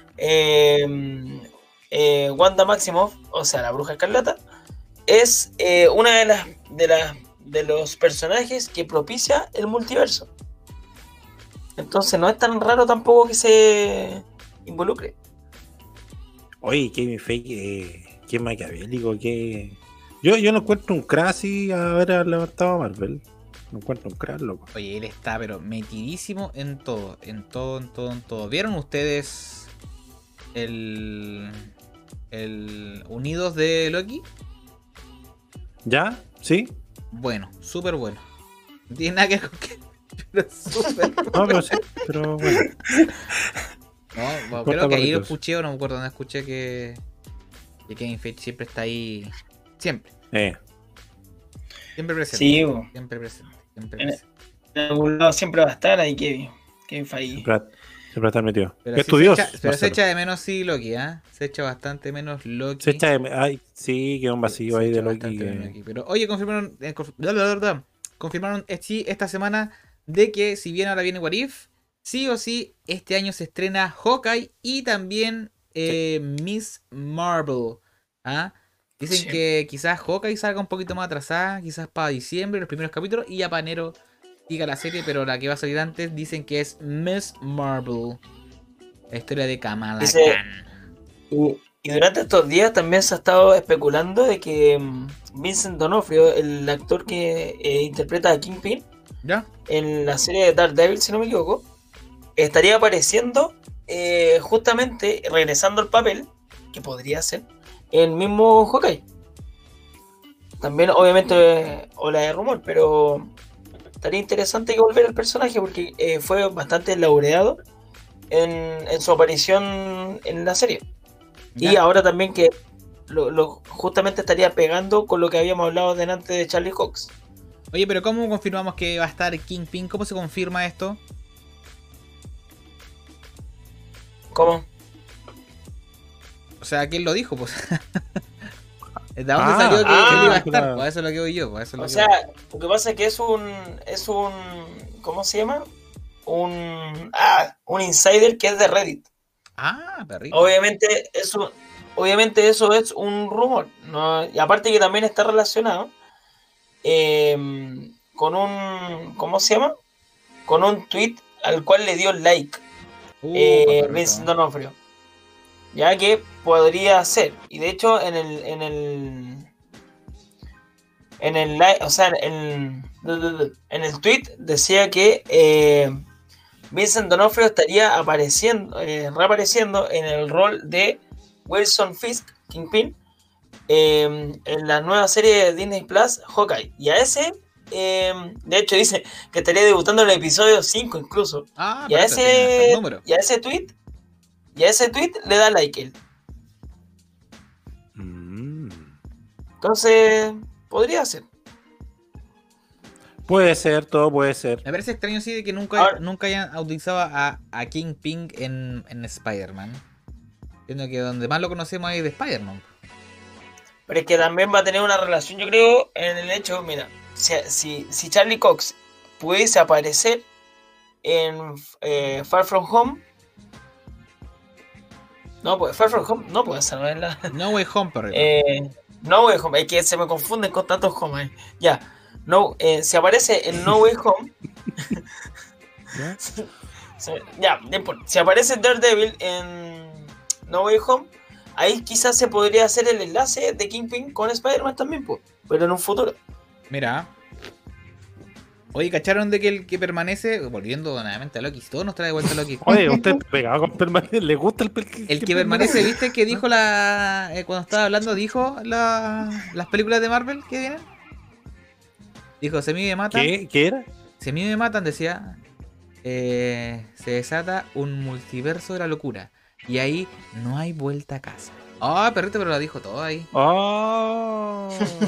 eh, eh, Wanda Maximoff, o sea, la Bruja Escarlata, es eh, una de las, de las de los personajes que propicia el multiverso. Entonces no es tan raro tampoco que se involucre. Oye, Kevin Feige, eh, qué maquiavélico, qué... Yo, yo no encuentro un crack así haber levantado a Marvel. No encuentro un crack, loco. Oye, él está pero metidísimo en todo, en todo, en todo, en todo. ¿Vieron ustedes el, el Unidos de Loki? ¿Ya? ¿Sí? Bueno, súper bueno. No tiene nada que ver con que... Pero es súper bueno. No, pero sí, pero bueno. No, bueno, Corta creo que ahí lo palitos. escuché o no me acuerdo dónde escuché que, que Kevin Feige siempre está ahí. Siempre. Eh. Siempre presente. Sí, bo. Siempre presente. Siempre En- presente. En algún lado siempre va a estar ahí Kevin. Kevin Feige. Siempre, siempre está metido. Pero, sí Estudioso. se echa, pero se Marcelo. echa de menos sí Loki, ¿ah? Se echa bastante menos Loki. Se echa de... Ay, sí, queda un vacío Se ahí echa de Loki. bastante menos Que... Loki. Pero oye, confirmaron, eh, conf- bla, bla, bla, bla. confirmaron eh, sí, esta semana de que si bien ahora viene What If, sí o sí, este año se estrena Hawkeye y también eh, Miss Marvel. ¿Ah? Dicen Sí. que quizás Hawkeye salga un poquito más atrasada, quizás para diciembre, los primeros capítulos, y ya para enero siga la serie, pero la que va a salir antes dicen que es Miss Marvel. La historia de Kamala Dice- Khan. Y, y durante estos días también se ha estado especulando de que mm, Vincent D'Onofrio, el actor que eh, interpreta a Kingpin ¿Ya? en la serie de Daredevil, si no me equivoco, estaría apareciendo eh, justamente, regresando al papel, que podría ser, el mismo Hawkeye. También, obviamente, eh, ola de rumor, pero estaría interesante que volviera el personaje porque eh, fue bastante laureado en, en su aparición en la serie. Y ¿Ya? ahora también que lo, lo- justamente estaría pegando con lo que habíamos hablado delante de Charlie Cox. Oye, pero ¿cómo confirmamos que va a estar Kingpin? ¿Cómo se confirma esto? ¿Cómo? O sea, ¿quién lo dijo? Pues. ¿De dónde Ah, salió que, ah, que él iba a estar? claro. Pues eso es lo que voy yo. Pues eso es lo O que sea, voy. lo que pasa es que es un. Es un. ¿Cómo se llama? Un. Ah, un insider que es de Reddit. Ah, perrito. Obviamente, eso. Obviamente, eso es un rumor, ¿no? Y aparte que también está relacionado eh, con un. ¿Cómo se llama? Con un tweet al cual le dio like Uh, eh, perrito. Vincent D'Onofrio. Ya que podría ser. Y de hecho, en el. En el. En el live, o sea, en, en el tweet decía que eh, Vincent D'Onofrio estaría apareciendo, eh, reapareciendo en el rol de Wilson Fisk, Kingpin, eh, en la nueva serie de Disney Plus, Hawkeye. Y a ese, eh, de hecho, dice que estaría debutando en el episodio cinco incluso. Ah, Y a perrito, tiene hasta el ese, número. y a ese tweet, y a ese tweet le da like él. Mm. Entonces, podría ser. Puede ser, todo puede ser. Me parece extraño sí de que nunca, Ahora- nunca hayan utilizado a, a Kingpin en, en Spider-Man. Siendo que donde más lo conocemos es de Spider-Man. Pero es que también va a tener una relación, yo creo, en el hecho, mira, si, si, si Charlie Cox pudiese aparecer en eh, Far From Home, no, pues Far From Home, no puede ser, no es la... No Way Home, perrito. Eh, no Way Home, es que se me confunden con tantos home ahí. Ya, no, eh, si aparece en No Way Home, ¿Ya? se- ya, no importa. Si aparece Daredevil en No Way Home, ahí quizás se podría hacer el enlace de Kingpin con Spider-Man también, pues, pero en un futuro. Mira. Oye, ¿cacharon de que el que permanece, volviendo nuevamente a Loki, si todo nos trae de vuelta a Loki? Oye, usted pegado con permanente, ¿le gusta el El que permanece, ¿viste? Que dijo la. eh, cuando estaba hablando, dijo la, las películas de Marvel que vienen. Dijo: si a mí me matan. ¿Qué? ¿Qué era? Si a mí me matan, decía. eh, se desata un multiverso de la locura. Y ahí no hay vuelta a casa. Ah, oh, perrito, pero la dijo todo ahí. Oh.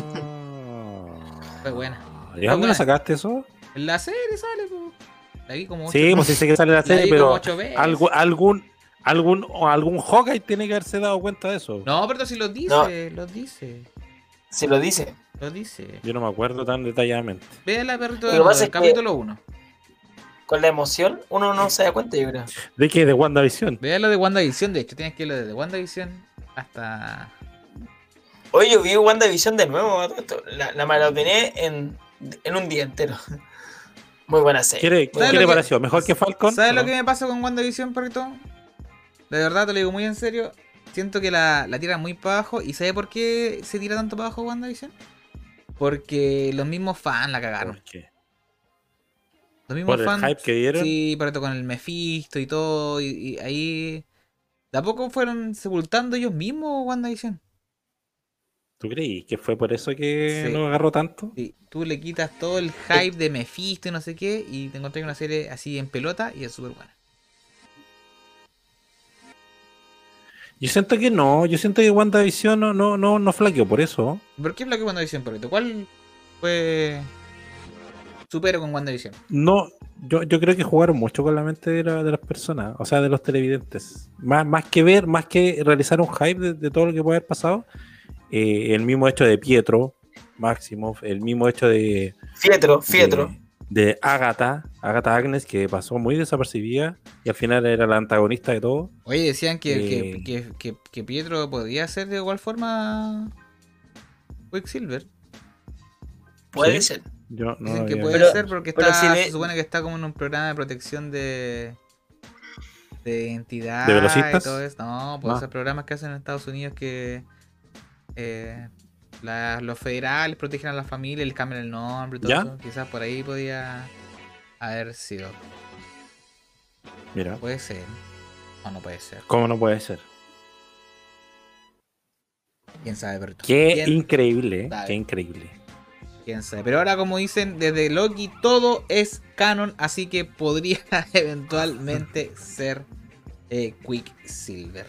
Fue buena. ¿Y dónde la sacaste eso? En la serie sale, pues. La vi como ocho Sí, veces. pues sí sé que sale la serie, La vi pero como ocho veces. algo, algún, algún, o algún Hawkeye tiene que haberse dado cuenta de eso. No, pero si lo dice, lo dice. Si lo dice. Lo dice. Yo no me acuerdo tan detalladamente. Véala, perrito, Lo de que nuevo, pasa el es que- capítulo uno. Con la emoción, uno no se da cuenta, yo creo. ¿De qué? ¿De WandaVision? Véala de WandaVision, de hecho, tienes que irlo desde WandaVision hasta... Oye, yo vi WandaVision de nuevo, a todo esto. La, la maratoné en, en un día entero. Muy buena serie. ¿Quiere, Muy ¿Qué ¿Sabes le lo que- pareció? ¿Mejor que Falcon? ¿Sabes ¿O no? lo que me pasa con WandaVision, perrito? De verdad, te lo digo muy en serio. Siento que la, la tira muy para abajo. ¿Y sabes por qué se tira tanto para abajo WandaVision? Porque los mismos fans la cagaron. ¿Por qué? Los mismos ¿Por el fans. hype que dieron? Sí, perrito, con el Mephisto y todo. Y, y ahí. ¿De a poco fueron sepultando ellos mismos WandaVision? ¿Tú creí que fue por eso que Sí. no agarró tanto? Sí, tú le quitas todo el hype de Mephisto y no sé qué. Y te encontrás una serie así en pelota y es súper buena. Yo siento que no, yo siento que WandaVision no, no, no, no flaqueó por eso. ¿Por qué es lo que WandaVision, perrito? ¿Cuál fue supero con WandaVision? No, yo, yo creo que jugaron mucho con la mente de, la- de las personas, o sea, de los televidentes. Más, más que ver, más que realizar un hype de, de todo lo que puede haber pasado, eh, el mismo hecho de Pietro, Maximoff, el mismo hecho de, Fietro, Fietro. de, de Agatha, Agatha Agnes, que pasó muy desapercibida y al final era la antagonista de todo. Oye, decían que, Eh. que, que, que, que Pietro podía ser de igual forma Quicksilver. Puede ¿Sí? ser. Yo no Dicen que había- puede Pero- ser porque pero está, si ve- se supone que está como en un programa de protección de de entidad ¿De velocistas? y todo eso. No, pues Ah. esos programas que hacen en Estados Unidos que eh, la- los federales protegen a la familia, les cambian el nombre y todo ¿Ya? eso. Quizás por ahí podía haber sido. Mira, Puede ser. O no puede ser. ¿cómo no puede ser? Quién sabe, pero Qué ¿Quién, increíble, ¿eh? sabe? Qué increíble. quién sabe. Pero ahora, como dicen, desde Loki todo es canon, así que podría eventualmente ser eh, Quicksilver.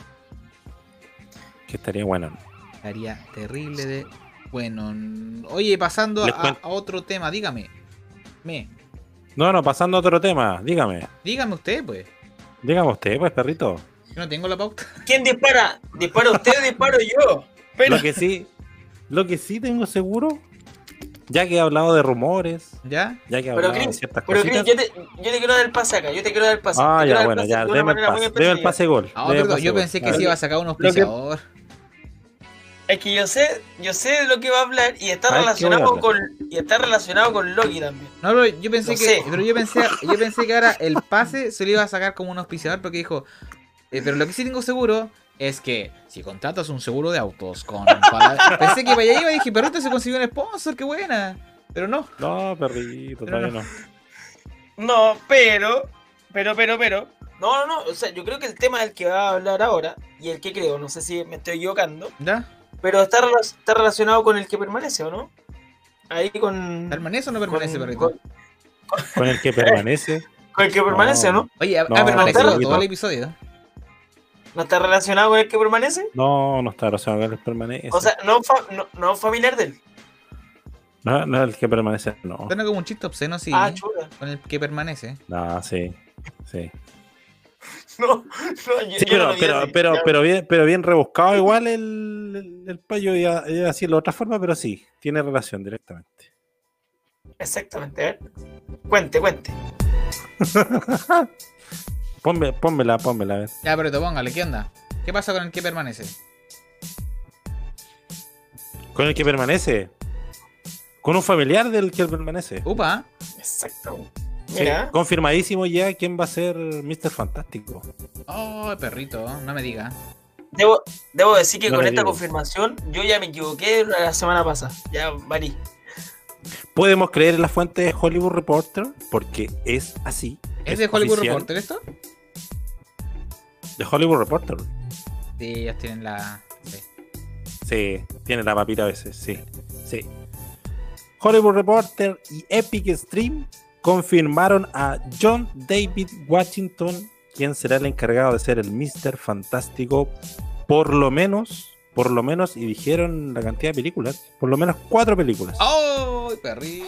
Que estaría bueno. Estaría terrible de bueno. Oye, pasando Les a, cuento. a otro tema, dígame. Me. No, no, pasando a otro tema, dígame. Dígame usted, pues. Dígame usted, pues, perrito. Yo no tengo la pauta. ¿Quién dispara? ¿Dispara usted o disparo yo? Pero, Lo que sí, lo que sí tengo seguro, ya que he hablado de rumores, ¿Ya? ya que he pero hablado de Chris, ciertas pero Chris, cositas. yo, te, yo te quiero dar el pase acá. Yo te quiero dar el pase. Ah, Te quiero ya, dar el bueno, pase ya, de una deme el manera muy pase, deme el específica. pase gol. No, deme el perdón, pase yo gol. pensé que A se ver. iba a sacar un Lo que- auspiciador. Es que yo sé, yo sé de lo que va a hablar y está A ver, ¿qué voy a relacionado hablar? con y está relacionado con Loki también. No, pero yo pensé Lo que. sé. Pero yo pensé, yo pensé que ahora el pase se lo iba a sacar como un auspiciador porque dijo. eh, pero lo que sí tengo seguro es que si contratas un seguro de autos con. Para... Pensé que para allá iba y dije, perrito se consiguió un sponsor, qué buena. Pero no. No, perrito, Pero todavía no. No, pero, pero, pero, pero. No, no, no. O sea, yo creo que el tema del que va a hablar ahora y el que creo, no sé si me estoy equivocando, ¿Ya? pero está, rela- está relacionado con el que permanece, ¿o no? Ahí con. ¿Permanece o no permanece, con- perrito? Con, Con el que permanece. con el que permanece, ¿o no? Oye, ha, No, ha permanecido perrito. todo el episodio. ¿No está relacionado con el que permanece? No, no está relacionado con el que permanece. O sea, no, fa- no, no familiar de él. no, no, el que permanece, no. Suena como un chiste obsceno, sí. Ah, chula. Con el que permanece. No, sí, sí. No, no, yo, Sí, yo no pero, lo vi pero, así. pero, Ya. pero bien, pero bien rebuscado igual el, el, el payo y a- y así de otra forma, pero sí, tiene relación directamente. Exactamente, a ver. Cuente, cuente. Ponme, pónmela, pónmela, a ver. Ya, pero te póngale, ¿qué onda? ¿Qué pasa con el que permanece? Con el que permanece. Con un familiar del que permanece. Upa, Exacto. Sí, Mira, confirmadísimo ya quién va a ser míster Fantástico. oh, perrito, no me diga. debo, debo decir que No con le esta digo. confirmación yo ya me equivoqué la semana pasada. Ya, varí. Podemos creer en la fuente de Hollywood Reporter porque es así. ¿Es de Hollywood oficial. Reporter esto? De Hollywood Reporter. Sí, ellos tienen la. Sí. Sí, tiene la papita a veces, sí. Sí. Hollywood Reporter y Epic Stream confirmaron a John David Washington, quien será el encargado de ser el míster Fantástico por lo menos, por lo menos, y dijeron la cantidad de películas, por lo menos cuatro películas. ¡Oh, perrito!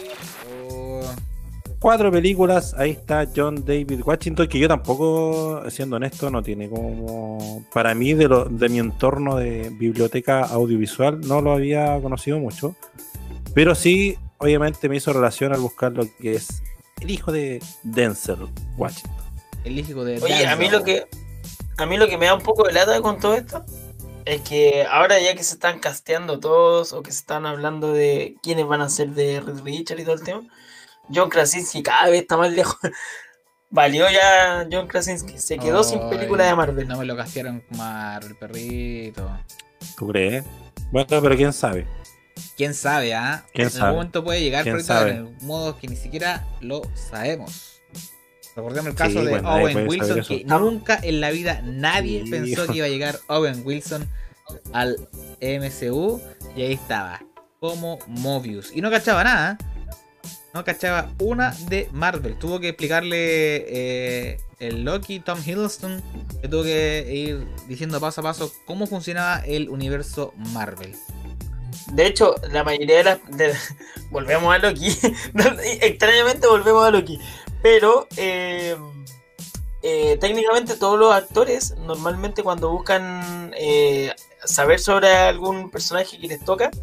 Cuatro películas, ahí está John David Washington, que yo tampoco, siendo honesto, no tiene como... Para mí, de, lo, de mi entorno de biblioteca audiovisual, no lo había conocido mucho. Pero sí, obviamente me hizo relación al buscar lo que es el hijo de Denzel Washington. El hijo de Oye, a mí lo que a mí lo que me da un poco de lata con todo esto es que ahora ya que se están casteando todos o que se están hablando de quiénes van a ser de Red Richard y todo el tema, John Krasinski cada vez está más lejos. Valió ya John Krasinski, se quedó Ay, sin película de Marvel. No me lo castearon con Marvel, perrito. ¿Tú crees? Bueno, pero quién sabe. ¿Quién sabe, ah? ¿Quién en sabe? algún momento puede llegar, ¿Quién pero sabe? en modos que ni siquiera lo sabemos. Recordemos el caso Sí, de bueno, nadie Owen puede Wilson, saber que eso. nunca en la vida nadie Sí. pensó que iba a llegar Owen Wilson al M C U, y ahí estaba, como Mobius. Y no cachaba nada, no cachaba una de Marvel. Tuvo que explicarle eh, el Loki, Tom Hiddleston, que tuvo que ir diciendo paso a paso cómo funcionaba el universo Marvel. De hecho, la mayoría de las... de- volvemos a Loki. Extrañamente volvemos a Loki. Pero eh, eh, técnicamente todos los actores normalmente cuando buscan eh, saber sobre algún personaje que les toca,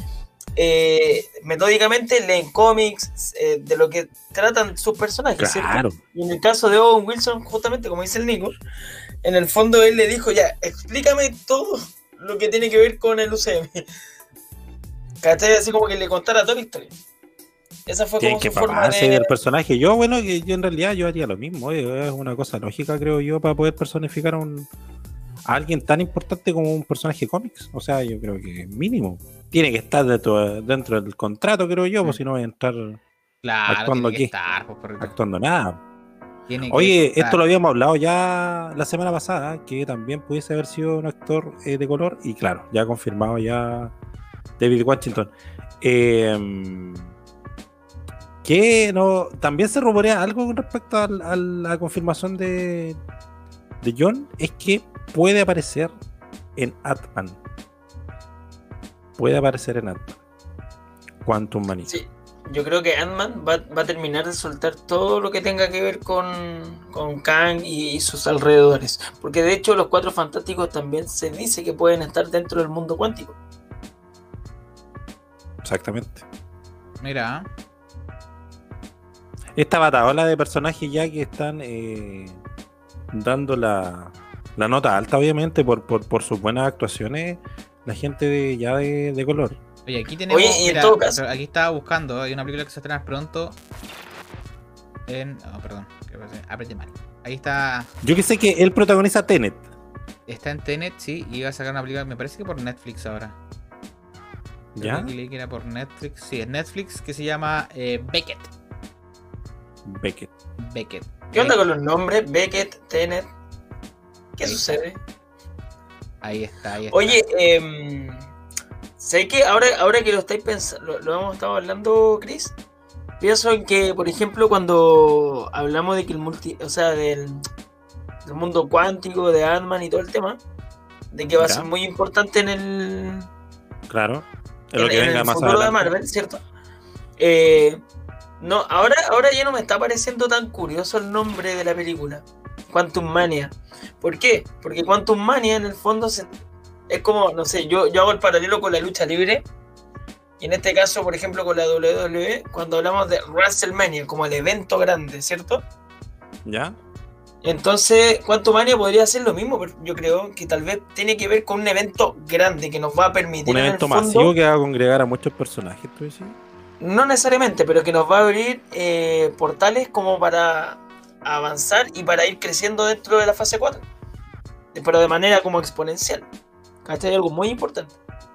eh, metódicamente leen cómics eh, de lo que tratan sus personajes, Claro. ¿cierto? Y en el caso de Owen Wilson, justamente como dice el Nico, en el fondo él le dijo, ya, explícame todo lo que tiene que ver con el U C M. ¿Cachai? Así como que le contara toda la historia. Esa fue Tienen como que su forma empaparse de... del personaje. Yo, bueno, que yo en realidad yo haría lo mismo. Oye, es una cosa lógica, creo yo, para poder personificar a, un, a alguien tan importante como un personaje de cómics. O sea, yo creo que mínimo. Tiene que estar dentro, dentro del contrato, creo yo, pues si no voy a estar Claro, actuando tiene que aquí. estar, pues, perrito. actuando nada. Tiene que Oye, estar. esto lo habíamos hablado ya la semana pasada, que también pudiese haber sido un actor eh, de color, y claro, ya confirmado ya David Washington. Eh, que no, también se rumorea algo con respecto al- a, la confirmación de, de John, es que puede aparecer en Ant-Man. Puede aparecer en Ant-Man. Quantum Mania. Sí, yo creo que Ant-Man va, va a terminar de soltar todo lo que tenga que ver con, con Kang y, y sus alrededores. Porque de hecho los Cuatro Fantásticos también se dice que pueden estar dentro del mundo cuántico. Exactamente. Mira, Esta bataola de personajes ya que están eh, dando la, la nota alta, obviamente, por, por, por sus buenas actuaciones, la gente de, ya de, de color. oye, aquí tenemos. Oye, y en mira, todo caso- aquí estaba buscando. Hay una película que se estrena pronto. En. Oh, perdón, que apreté mal. Ahí está. Yo que sé que él protagoniza Tenet. Está en Tenet, sí, y iba a sacar una película, me parece que por Netflix ahora. Creo ¿Ya? que aquí leí que era por Netflix. Sí, es Netflix, que se llama eh, Beckett. Beckett. Beckett. ¿Qué onda con los nombres? Beckett, Tenet. ¿Qué Ahí sucede? Ahí está, ahí está. Oye, eh, sé que ahora, ahora que lo estáis pensando, lo, lo hemos estado hablando, Chris. Pienso en que, por ejemplo, cuando hablamos de que el multi, o sea, del, del mundo cuántico, de Ant-Man y todo el tema, de que va a Ya. ser muy importante en el, Claro. Es en, lo que en venga el más futuro de adelante. Marvel, ¿cierto? Eh, no, ahora, ahora ya no me está pareciendo tan curioso el nombre de la película, Quantum Mania. ¿Por qué? Porque Quantum Mania en el fondo se- es como, no sé, yo, yo hago el paralelo con la lucha libre. Y en este caso, por ejemplo, con la doble u doble u E, cuando hablamos de WrestleMania como el evento grande, ¿cierto? ¿Ya? Entonces, Quantum Mania podría ser lo mismo, pero yo creo que tal vez tiene que ver con un evento grande que nos va a permitir Un en el evento fondo, masivo que va a congregar a muchos personajes, ¿tú decís? no necesariamente, pero que nos va a abrir eh, portales como para avanzar y para ir creciendo dentro de la fase cuatro. Pero de manera como exponencial. ¿Cachai? Algo muy importante.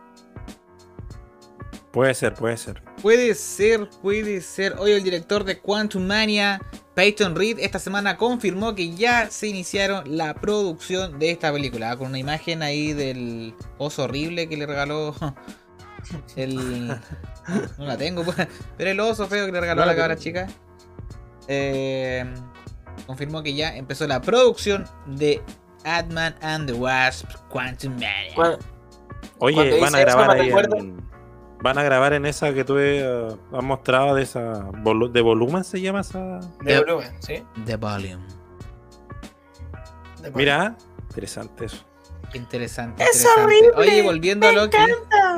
Puede ser, puede ser. Puede ser, puede ser. Hoy el director de Quantum Mania, Peyton Reed, esta semana confirmó que ya se iniciaron la producción de esta película. Con una imagen ahí del oso horrible que le regaló el... No la tengo, pues, pero el oso feo que le regaló No a la la cabra tengo. chica. Eh, confirmó que ya empezó la producción de Ant-Man and the Wasp Quantumania. Cuando- Oye, Cuando van a dice eso, grabar me ahí recuerda- en, van a grabar en esa que tú eh, has mostrado de esa volu- de volumen se llama esa. de de- volumen, ¿sí? The Volume. De volumen. Mira, interesante eso. Interesante. ¡Es interesante. horrible! Oye, volviendo a ¡Me Loki. encanta!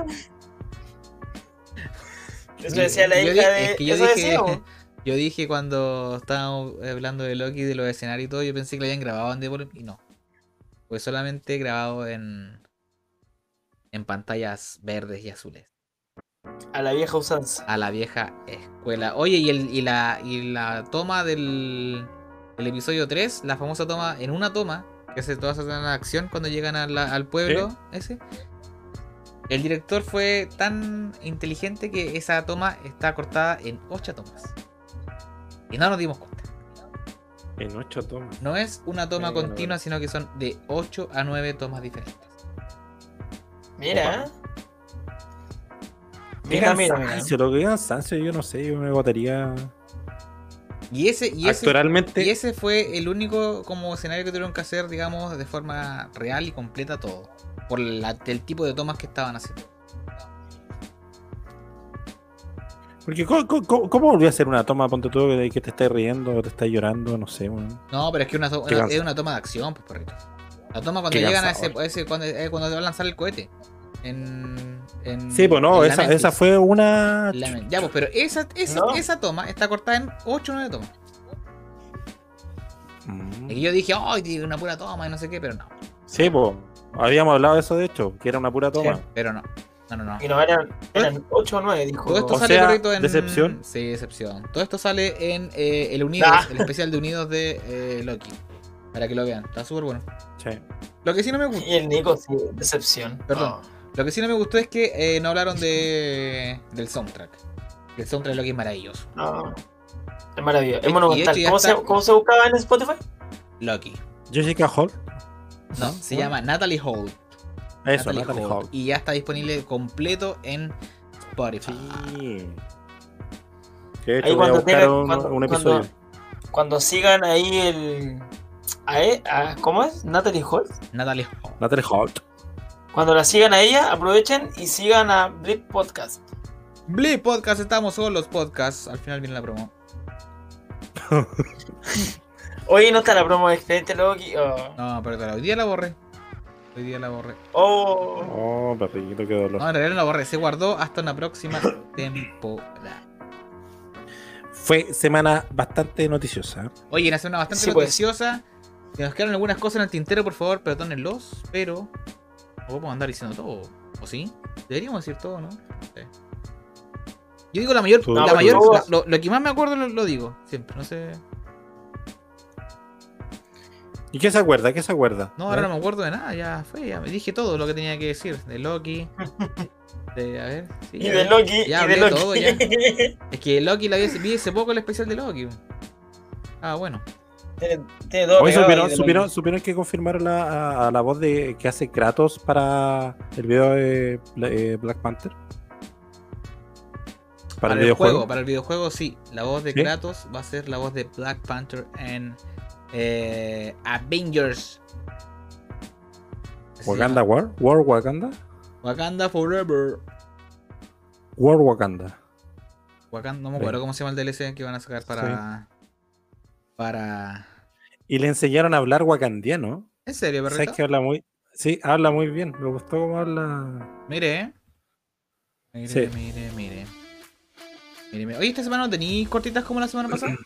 Eso decía la Yo hija di- de. es que yo eso dije, decía, vos. yo dije cuando estábamos hablando de Loki, de los escenarios y todo, yo pensé que lo habían grabado en The Volume y no. Fue solamente grabado en en pantallas verdes y azules. A la vieja usanza. A la vieja escuela. Oye, y, el, y, la, y la toma del, del episodio tres, la famosa toma, en una toma, que se toda esa acción cuando llegan a la- al pueblo ese. El director fue tan inteligente que esa toma está cortada en ocho tomas. Y no nos dimos cuenta. En ocho tomas. No es una toma Bueno, continua, bueno. sino que son de ocho a nueve tomas diferentes. Mira. Qué Mira, mira, mira. cansancio, lo que cansancio, yo no sé, yo me agotaría. Y ese, y ese, Actualmente, y ese fue el único como escenario que tuvieron que hacer, digamos, de forma real y completa todo. Por la- el tipo de tomas que estaban haciendo. porque ¿cómo, cómo, cómo volví a hacer una toma? Ponte tú de que te estés riendo o te estás llorando, no sé, weón. No, pero es que una, to- Qué una- cansa- es una toma de acción, pues perrito. La toma cuando Qué llegan a ese, cansador. a ese- cuando, eh, cuando te va a lanzar el cohete. En, en- Sí, pues no, en esa, Lamentis. esa fue una. Lament- Ya, pues, pero esa, esa, No. esa toma está cortada en ocho o nueve tomas. Mm. Y yo dije, ay, tiene una pura toma y no sé qué, pero no. Sí, pues. Habíamos hablado de eso, de hecho, que era una pura toma. Sí. Pero no. No, no, no. Y no eran, eran ocho o nueve, dijo. Todo esto O sale sea, correcto en. decepción. Sí, decepción. Todo esto sale en eh, el Unidos, Ah. el especial de Unidos de eh, Loki. Para que lo vean. Está súper bueno. Sí. Lo que sí no me gustó. Y el Nico, sí, decepción. Perdón. Oh. Lo que sí no me gustó es que eh, no hablaron de del soundtrack. El soundtrack de Loki es maravilloso. No. Es maravilloso. Y- Es monumental. y de hecho ya ¿Cómo, se, está- ¿Cómo se buscaba en Spotify? Loki. Jessica Hall. No, se llama Natalie Holt. Eso, Natalie Natalie Holt. Hall. Y ya está disponible completo en Spotify. Sí. Que de hecho Ahí voy a cuando buscar tenga- un, cuando- un episodio. cuando- Cuando sigan ahí el. A e- a- ¿Cómo es? Natalie Holt. Natalie Holt. Natalie Holt. Cuando la sigan a ella, aprovechen y sigan a Blip Podcast. Blip Podcast, estamos solos podcasts. Al final viene la promo. Hoy no está la promo de Expediente Loki. Oh. No, pero hoy día la borré. Hoy día la borré. Oh. Oh, perrito, qué dolor. No, en realidad no la borré. Se guardó hasta una próxima temporada. Fue semana bastante noticiosa. Oye, una semana bastante Sí, pues. noticiosa. Si nos quedaron algunas cosas en el tintero, por favor, perdónenlos. Pero no podemos andar diciendo todo. ¿O sí? Deberíamos decir todo, ¿no? Sí. Yo digo la mayor, Tú- la No, mayor, pero- la- lo, lo que más me acuerdo lo, lo digo, siempre, no sé. ¿Y qué se acuerda? ¿Qué se acuerda? No, ahora no me acuerdo de nada, ya fue, ya me dije todo lo que tenía que decir. De Loki. De, a ver. Sí, Y ya, de Loki. ya y de hablé Loki. todo, ya. Es que Loki la vi, vi hace poco el especial de Loki. Ah, bueno. tiene, tiene todo Hoy pegado ahí supieron, de supieron, Loki. supieron que confirmaron la, a, a la voz de que hace Kratos para el video de eh, Black Panther. Para, el videojuego. Para el videojuego, sí. La voz de ¿Sí? Kratos va a ser la voz de Black Panther en eh, Avengers. Se Wakanda llama War. War Wakanda. Wakanda Forever. War Wakanda. Wakanda, no me acuerdo Sí. cómo se llama el D L C que van a sacar para. Para. Y le enseñaron a hablar wakandiano. ¿En serio, ¿Sabes perrito? que habla muy? Sí, habla muy bien. Me gustó cómo habla. Mire, eh. Mire, Sí. mire, mire. Mire, mire. Oye, esta semana no tenéis cortitas como la semana pasada.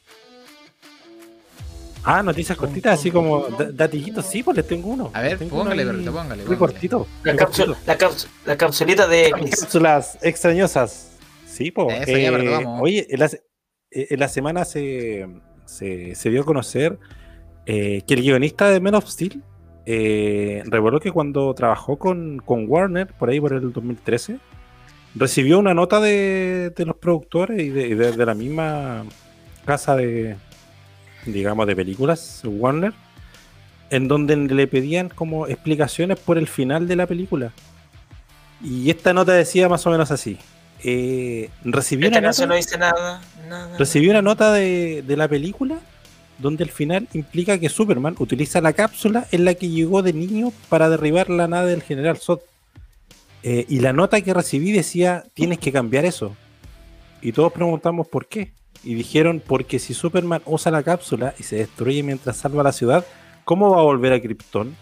Ah, noticias cortitas, así como da- datillitos. Sí, pues les tengo uno. A ver, Tengo póngale, uno ahí perrito, póngale, Muy póngale. cortito. La, muy cápsula, cortito. la, cápsula, la capsulita de Chris. Cápsulas extrañosas. Sí, pues. Eso, ya, pero vamos. Oye, en la, se- eh, en la semana se, se, se dio a conocer eh, que el guionista de Men of Steel eh, reveló que cuando trabajó con, con Warner, por ahí por el dos mil trece, recibió una nota de, de los productores y de, y de- de la misma casa de, digamos, de películas, Warner, en donde le pedían como explicaciones por el final de la película. Y esta nota decía más o menos así. Eh, recibí, Esta una canción no nota, dice nada. nada recibí una nota de, de la película donde al final implica que Superman utiliza la cápsula en la que llegó de niño para derribar la nave del General Zod. Eh, y la nota que recibí decía, tienes que cambiar eso. Y todos preguntamos por qué. Y dijeron, porque si Superman usa la cápsula y se destruye mientras salva la ciudad, ¿cómo va a volver a Krypton?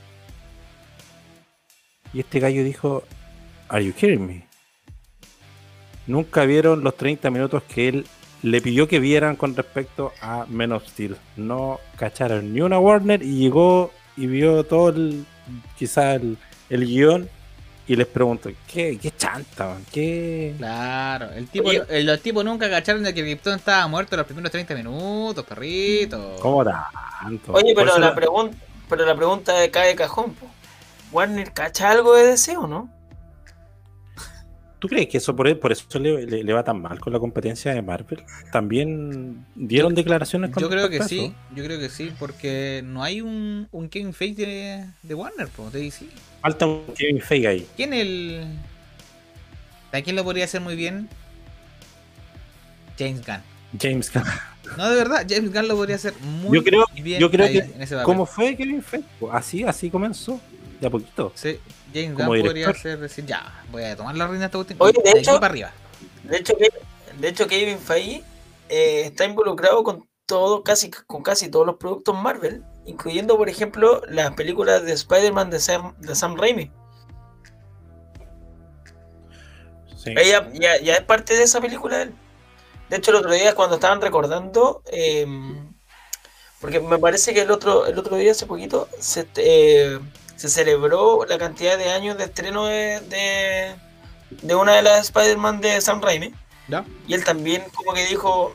Y este gallo dijo, ¿Are you kidding me? Nunca vieron los treinta minutos que él le pidió que vieran con respecto a Man of Steel. No cacharon ni una Warner y llegó y vio todo el, quizá el, el guión y les preguntó, ¿qué, qué chanta, man? ¿Qué? Claro, el tipo, Oye. el- los tipos nunca cacharon de que Krypton estaba muerto en los primeros treinta minutos, perrito. ¿Cómo tanto? Oye, Por pero eso la, la- pregunta pero la pregunta cae de cajón, po. ¿Warner cacha algo de D C o no? ¿Tú crees que eso por, por eso le, le- le va tan mal con la competencia de Marvel? ¿También dieron declaraciones con Yo creo que respecto a sí, eso? yo creo que sí, porque no hay un, un Kevin Feige de, de Warner, pues, de D C. Falta un Kevin Feige ahí. ¿Quién el...? ¿A quién lo podría hacer muy bien? James Gunn. James Gunn. No, de verdad, James Gunn lo podría hacer muy Yo creo, bien yo creo ahí, que en ese papel. ¿cómo fue Kevin Feige? Pues así, así comenzó, de a poquito. Sí, James como Gunn director. podría hacer decir, ya, voy a tomar la reina de esta última. Oye, de aquí hecho- para arriba. De hecho, que- de hecho Kevin Feige eh, está involucrado con todo, casi con casi todos los productos Marvel, incluyendo, por ejemplo, las películas de Spider-Man de Sam, de Sam Raimi. Sí. Ella ya, ya es parte de esa película él. De hecho, el otro día cuando estaban recordando, eh, porque me parece que el otro, el otro día, hace poquito, se, eh, se celebró la cantidad de años de estreno de, de, de una de las Spider-Man de Sam Raimi. ¿Ya? Y él también como que dijo,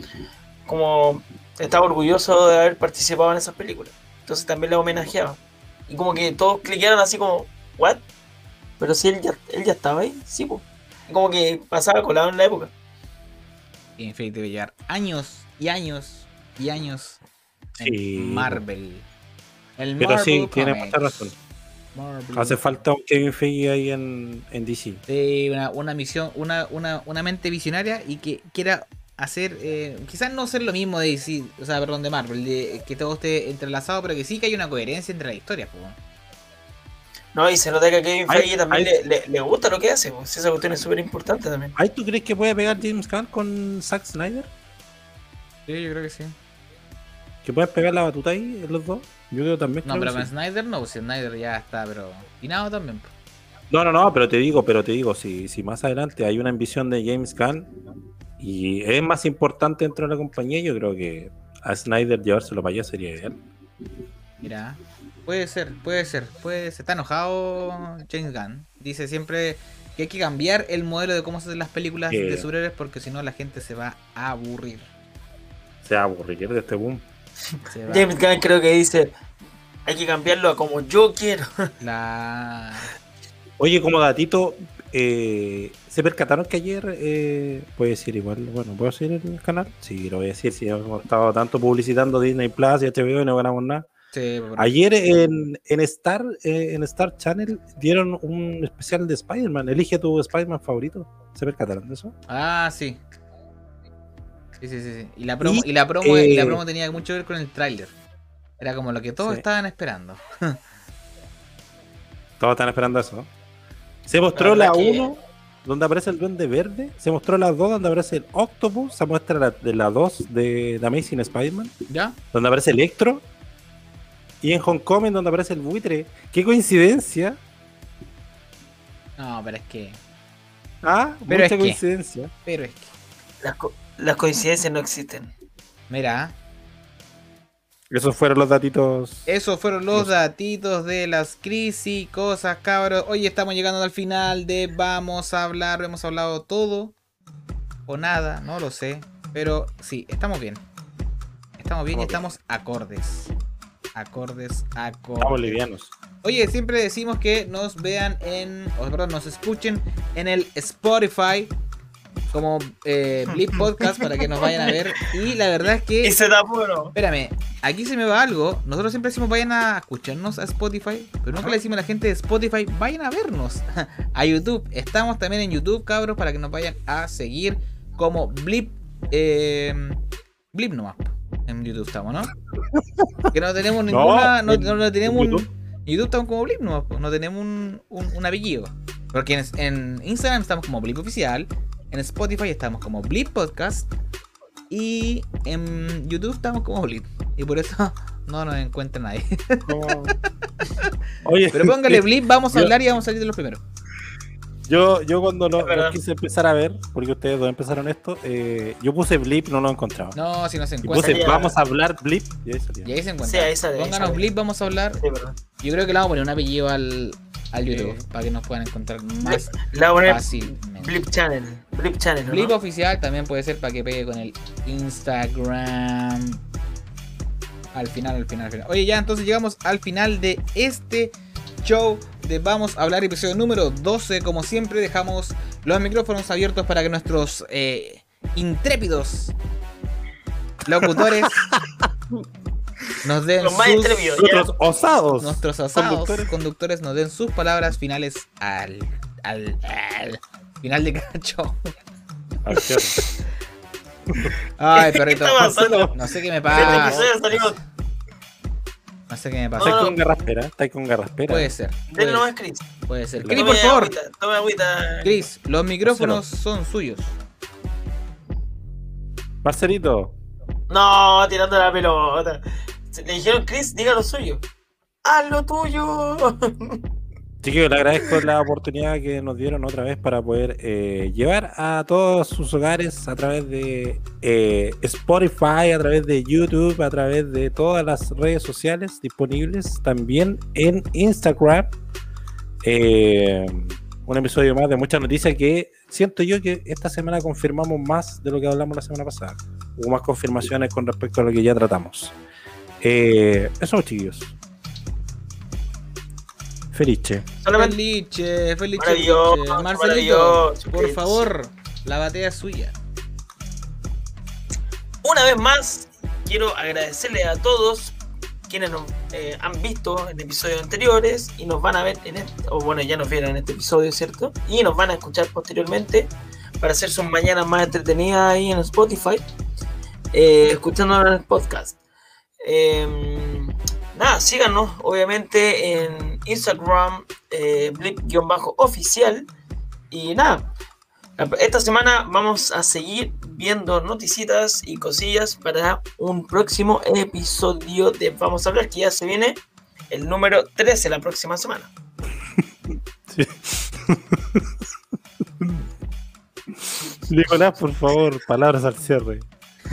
como estaba orgulloso de haber participado en esas películas. Entonces también la homenajeaba. Y como que todos cliquearon así como, ¿what? Pero si él ya, él ya estaba ahí, sí, pues. Como que pasaba colado en la época. En fin, debe llevar años y años y años en Sí. Marvel. El Pero Marvel sí, tiene Comics. mucha razón. Marvel. Hace falta un Kevin Feige ahí en, en D C. Sí, una, una misión, una, una, una mente visionaria y que quiera hacer, eh, quizás no ser lo mismo de D C, o sea, perdón, de Marvel, de que todo esté entrelazado, pero que sí que haya una coherencia entre las historias, pues. No, y se nota que a Kevin Ay, Feige también ay. le, le, le gusta lo que hace, pues. Esa cuestión es súper importante también. ¿Ay, tú crees que puede pegar James Gunn con Zack Snyder? Sí, yo creo que sí. ¿Que pueden pegar la batuta ahí en los dos? Yo creo también. No, creo pero que con sí. Snyder no, pues si Snyder ya está, pero finado también. Pues. No, no, no, pero te digo, pero te digo, si, si más adelante hay una ambición de James Gunn y es más importante dentro de la compañía, yo creo que a Snyder llevárselo para allá sería ideal. Mira, puede ser, puede ser, puede ser. Está enojado James Gunn. Dice siempre que hay que cambiar el modelo de cómo se hacen las películas Sí. de superhéroes porque si no la gente se va a aburrir. Se va a aburrir de este boom. Se va James Gunn creo que dice, hay que cambiarlo a como yo quiero. la... Oye, como datito, eh, ¿se percataron que ayer, eh, puedo decir igual, bueno, ¿puedo decir el canal? Sí, lo voy a decir, si hemos estado tanto publicitando Disney Plus y H B O y no ganamos nada. Sí, pero- Ayer en, en Star eh, en Star Channel dieron un especial de Spider-Man. Elige tu Spider-Man favorito. ¿Se percataron de eso? Ah, sí. Sí, sí, sí, sí. Y la promo, y, Y, la promo, y la eh, promo tenía mucho que ver con el tráiler. Era como lo que todos Sí. estaban esperando. Todos están esperando eso. Se mostró La la verdad que- uno, donde aparece el Duende Verde. Se mostró la dos, donde aparece el Octopus. Se muestra la, de la dos de The Amazing Spider-Man, ¿Ya? donde aparece Electro. Y en Homecoming, donde aparece el buitre. ¡Qué coincidencia! No, pero es que... Ah, Pero mucha es que- coincidencia. Pero es que... Las, co- las coincidencias no existen. Mira, Esos fueron los datitos. esos fueron los datitos de las crisis, cosas, cabros. Hoy estamos llegando al final de Vamos a hablar. Hemos hablado todo o nada, no lo sé. Pero sí, estamos bien. Estamos bien y Estamos estamos acordes. Acordes, acordes. Estamos livianos. Oye, siempre decimos que nos vean en, o perdón, nos escuchen en el Spotify como eh, Blip Podcast para que nos vayan a ver. Y la verdad es que, Y se da bueno. espérame, aquí se me va algo. Nosotros siempre decimos vayan a escucharnos a Spotify, pero nunca le decimos a la gente de Spotify vayan a vernos a YouTube. Estamos también en YouTube, cabros, para que nos vayan a seguir como Blip, eh, Blip nomás. En YouTube estamos, ¿no? Que no tenemos ninguna. No, en- no, no tenemos en un. YouTube. En YouTube estamos como Blip, no, no tenemos un, un, un apellido. Porque en, en Instagram estamos como Blip Oficial. En Spotify estamos como Blip Podcast. Y en YouTube estamos como Blip. Y por eso no nos encuentra nadie. Como- Oye, Pero póngale Blip, vamos a Yo- hablar y vamos a salir de los primeros. yo, yo cuando lo, Es verdad. lo quise empezar a ver, porque ustedes dos empezaron esto, eh, yo puse Blip, no lo encontraba. No, si no se y encuentra. puse ya. vamos a hablar Blip, y ahí salía. Y ahí se encuentra. Sí, ahí sale, ahí Pónganos sale. Blip, vamos a hablar. Sí, verdad. Yo creo que le vamos a poner un apellido al, al YouTube Sí. para que nos puedan encontrar más Le voy a poner fácilmente. Blip Channel. Blip Channel, ¿no? Blip Oficial también puede ser para que pegue con el Instagram. Al final, al final, al final. Oye, ya entonces llegamos al final de este show de Vamos a Hablar, episodio número doce. Como siempre, dejamos los micrófonos abiertos para que nuestros eh, intrépidos locutores nos den Los más sus, intrépidos. Nosotros osados. nuestros osados Conductores. conductores. nos den sus palabras finales al, al, al final de cada show. Al cierre. Ay, ¿Qué perrito. está pasando? No sé qué me Este pasa. episodio salimos. No sé qué me Estáis pasa. No. con garraspera, estáis con garraspera. Puede ser. Denle Puede, nomás, Chris. puede ser. Tome Chris, por Tome favor. agüita, Tome agüita. Chris, los micrófonos son suyos. Marcelito, No, tirando la pelota. Le dijeron, Chris, diga lo suyo. Haz lo tuyo. chiquillos, le agradezco la oportunidad que nos dieron otra vez para poder eh, llevar a todos sus hogares a través de eh, Spotify, a través de YouTube, a través de todas las redes sociales disponibles, también en Instagram. Eh, un episodio más de muchas noticias que siento yo que esta semana confirmamos más de lo que hablamos la semana pasada. Hubo más confirmaciones con respecto a lo que ya tratamos. Eh, eso, chiquillos. Felice. Solamente Felice, Felice. Maravilloso, Felice. Marcelito, maravilloso, por Chris. favor, la batea es suya. una vez más, quiero agradecerle a todos quienes nos eh, han visto en episodios anteriores y nos van a ver en este, o bueno, ya nos vieron en este episodio, ¿cierto? Y nos van a escuchar posteriormente para hacer sus mañanas más entretenidas ahí en Spotify, eh, escuchándonos en el podcast. Eh, nada, síganos obviamente en Instagram, eh, blip-oficial. Y nada, esta semana vamos a seguir viendo noticitas y cosillas para un próximo episodio de Vamos a Hablar, que ya se viene el número trece la próxima semana. Sí. Nicolás, por favor, palabras al cierre.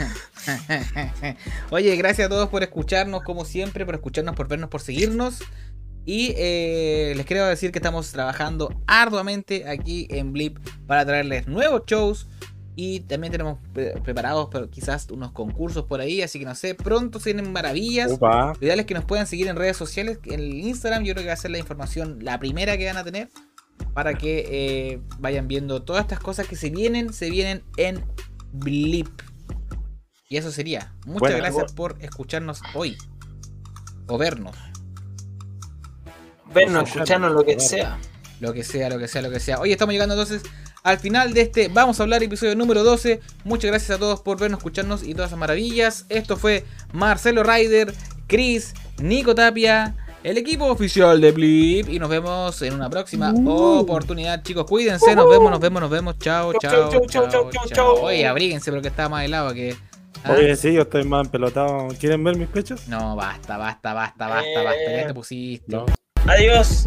Oye, gracias a todos por escucharnos, como siempre, por escucharnos, por vernos, por seguirnos. Y eh, les quiero decir que estamos trabajando arduamente aquí en Blip para traerles nuevos shows. Y también tenemos pre preparados pero quizás unos concursos por ahí. Así que no sé, pronto se vienen maravillas. Opa. Lo ideal es que nos puedan seguir en redes sociales. En el Instagram yo creo que va a ser la información, la primera que van a tener, para que eh, vayan viendo todas estas cosas que se vienen, se vienen en Blip. Y eso sería. Muchas Bueno, gracias algo- por escucharnos hoy. O vernos. Vernos, Escucharnos, escucharnos, lo que claro. sea. Lo que sea, lo que sea, lo que sea. Hoy estamos llegando entonces al final de este Vamos a Hablar, episodio número doce. Muchas gracias a todos por vernos, escucharnos y todas esas maravillas. Esto fue Marcelo Ryder, Chris, Nico Tapia, el equipo oficial de Blip. Y nos vemos en una próxima Uh. oportunidad, chicos. Cuídense, nos vemos, nos vemos, nos vemos. Chao, Chau, chao, chau, chao, chau, chau, chau, chao. chau. Oye, abríguense porque está más helado que... ¿Ah? Oye, sí, yo estoy más empelotado. ¿Quieren ver mis pechos? No, basta, basta, basta, basta, basta. Ya te pusiste. No. Adiós.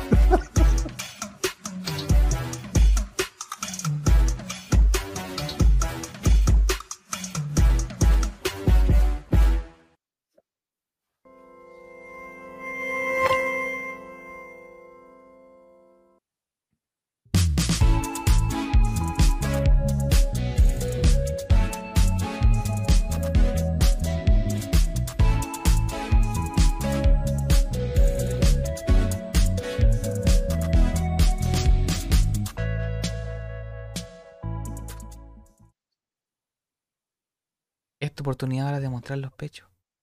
Es tu oportunidad ahora de mostrar los pechos.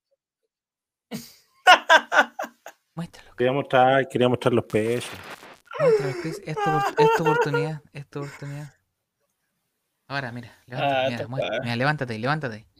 Muéstralo, Quería mostrar, quería mostrar los pechos. muéstralo, Chris. Es tu, opor- es tu oportunidad, es tu oportunidad. Ahora, mira, levántate, Ah, mira, te muestra- cagas. mira, levántate, levántate.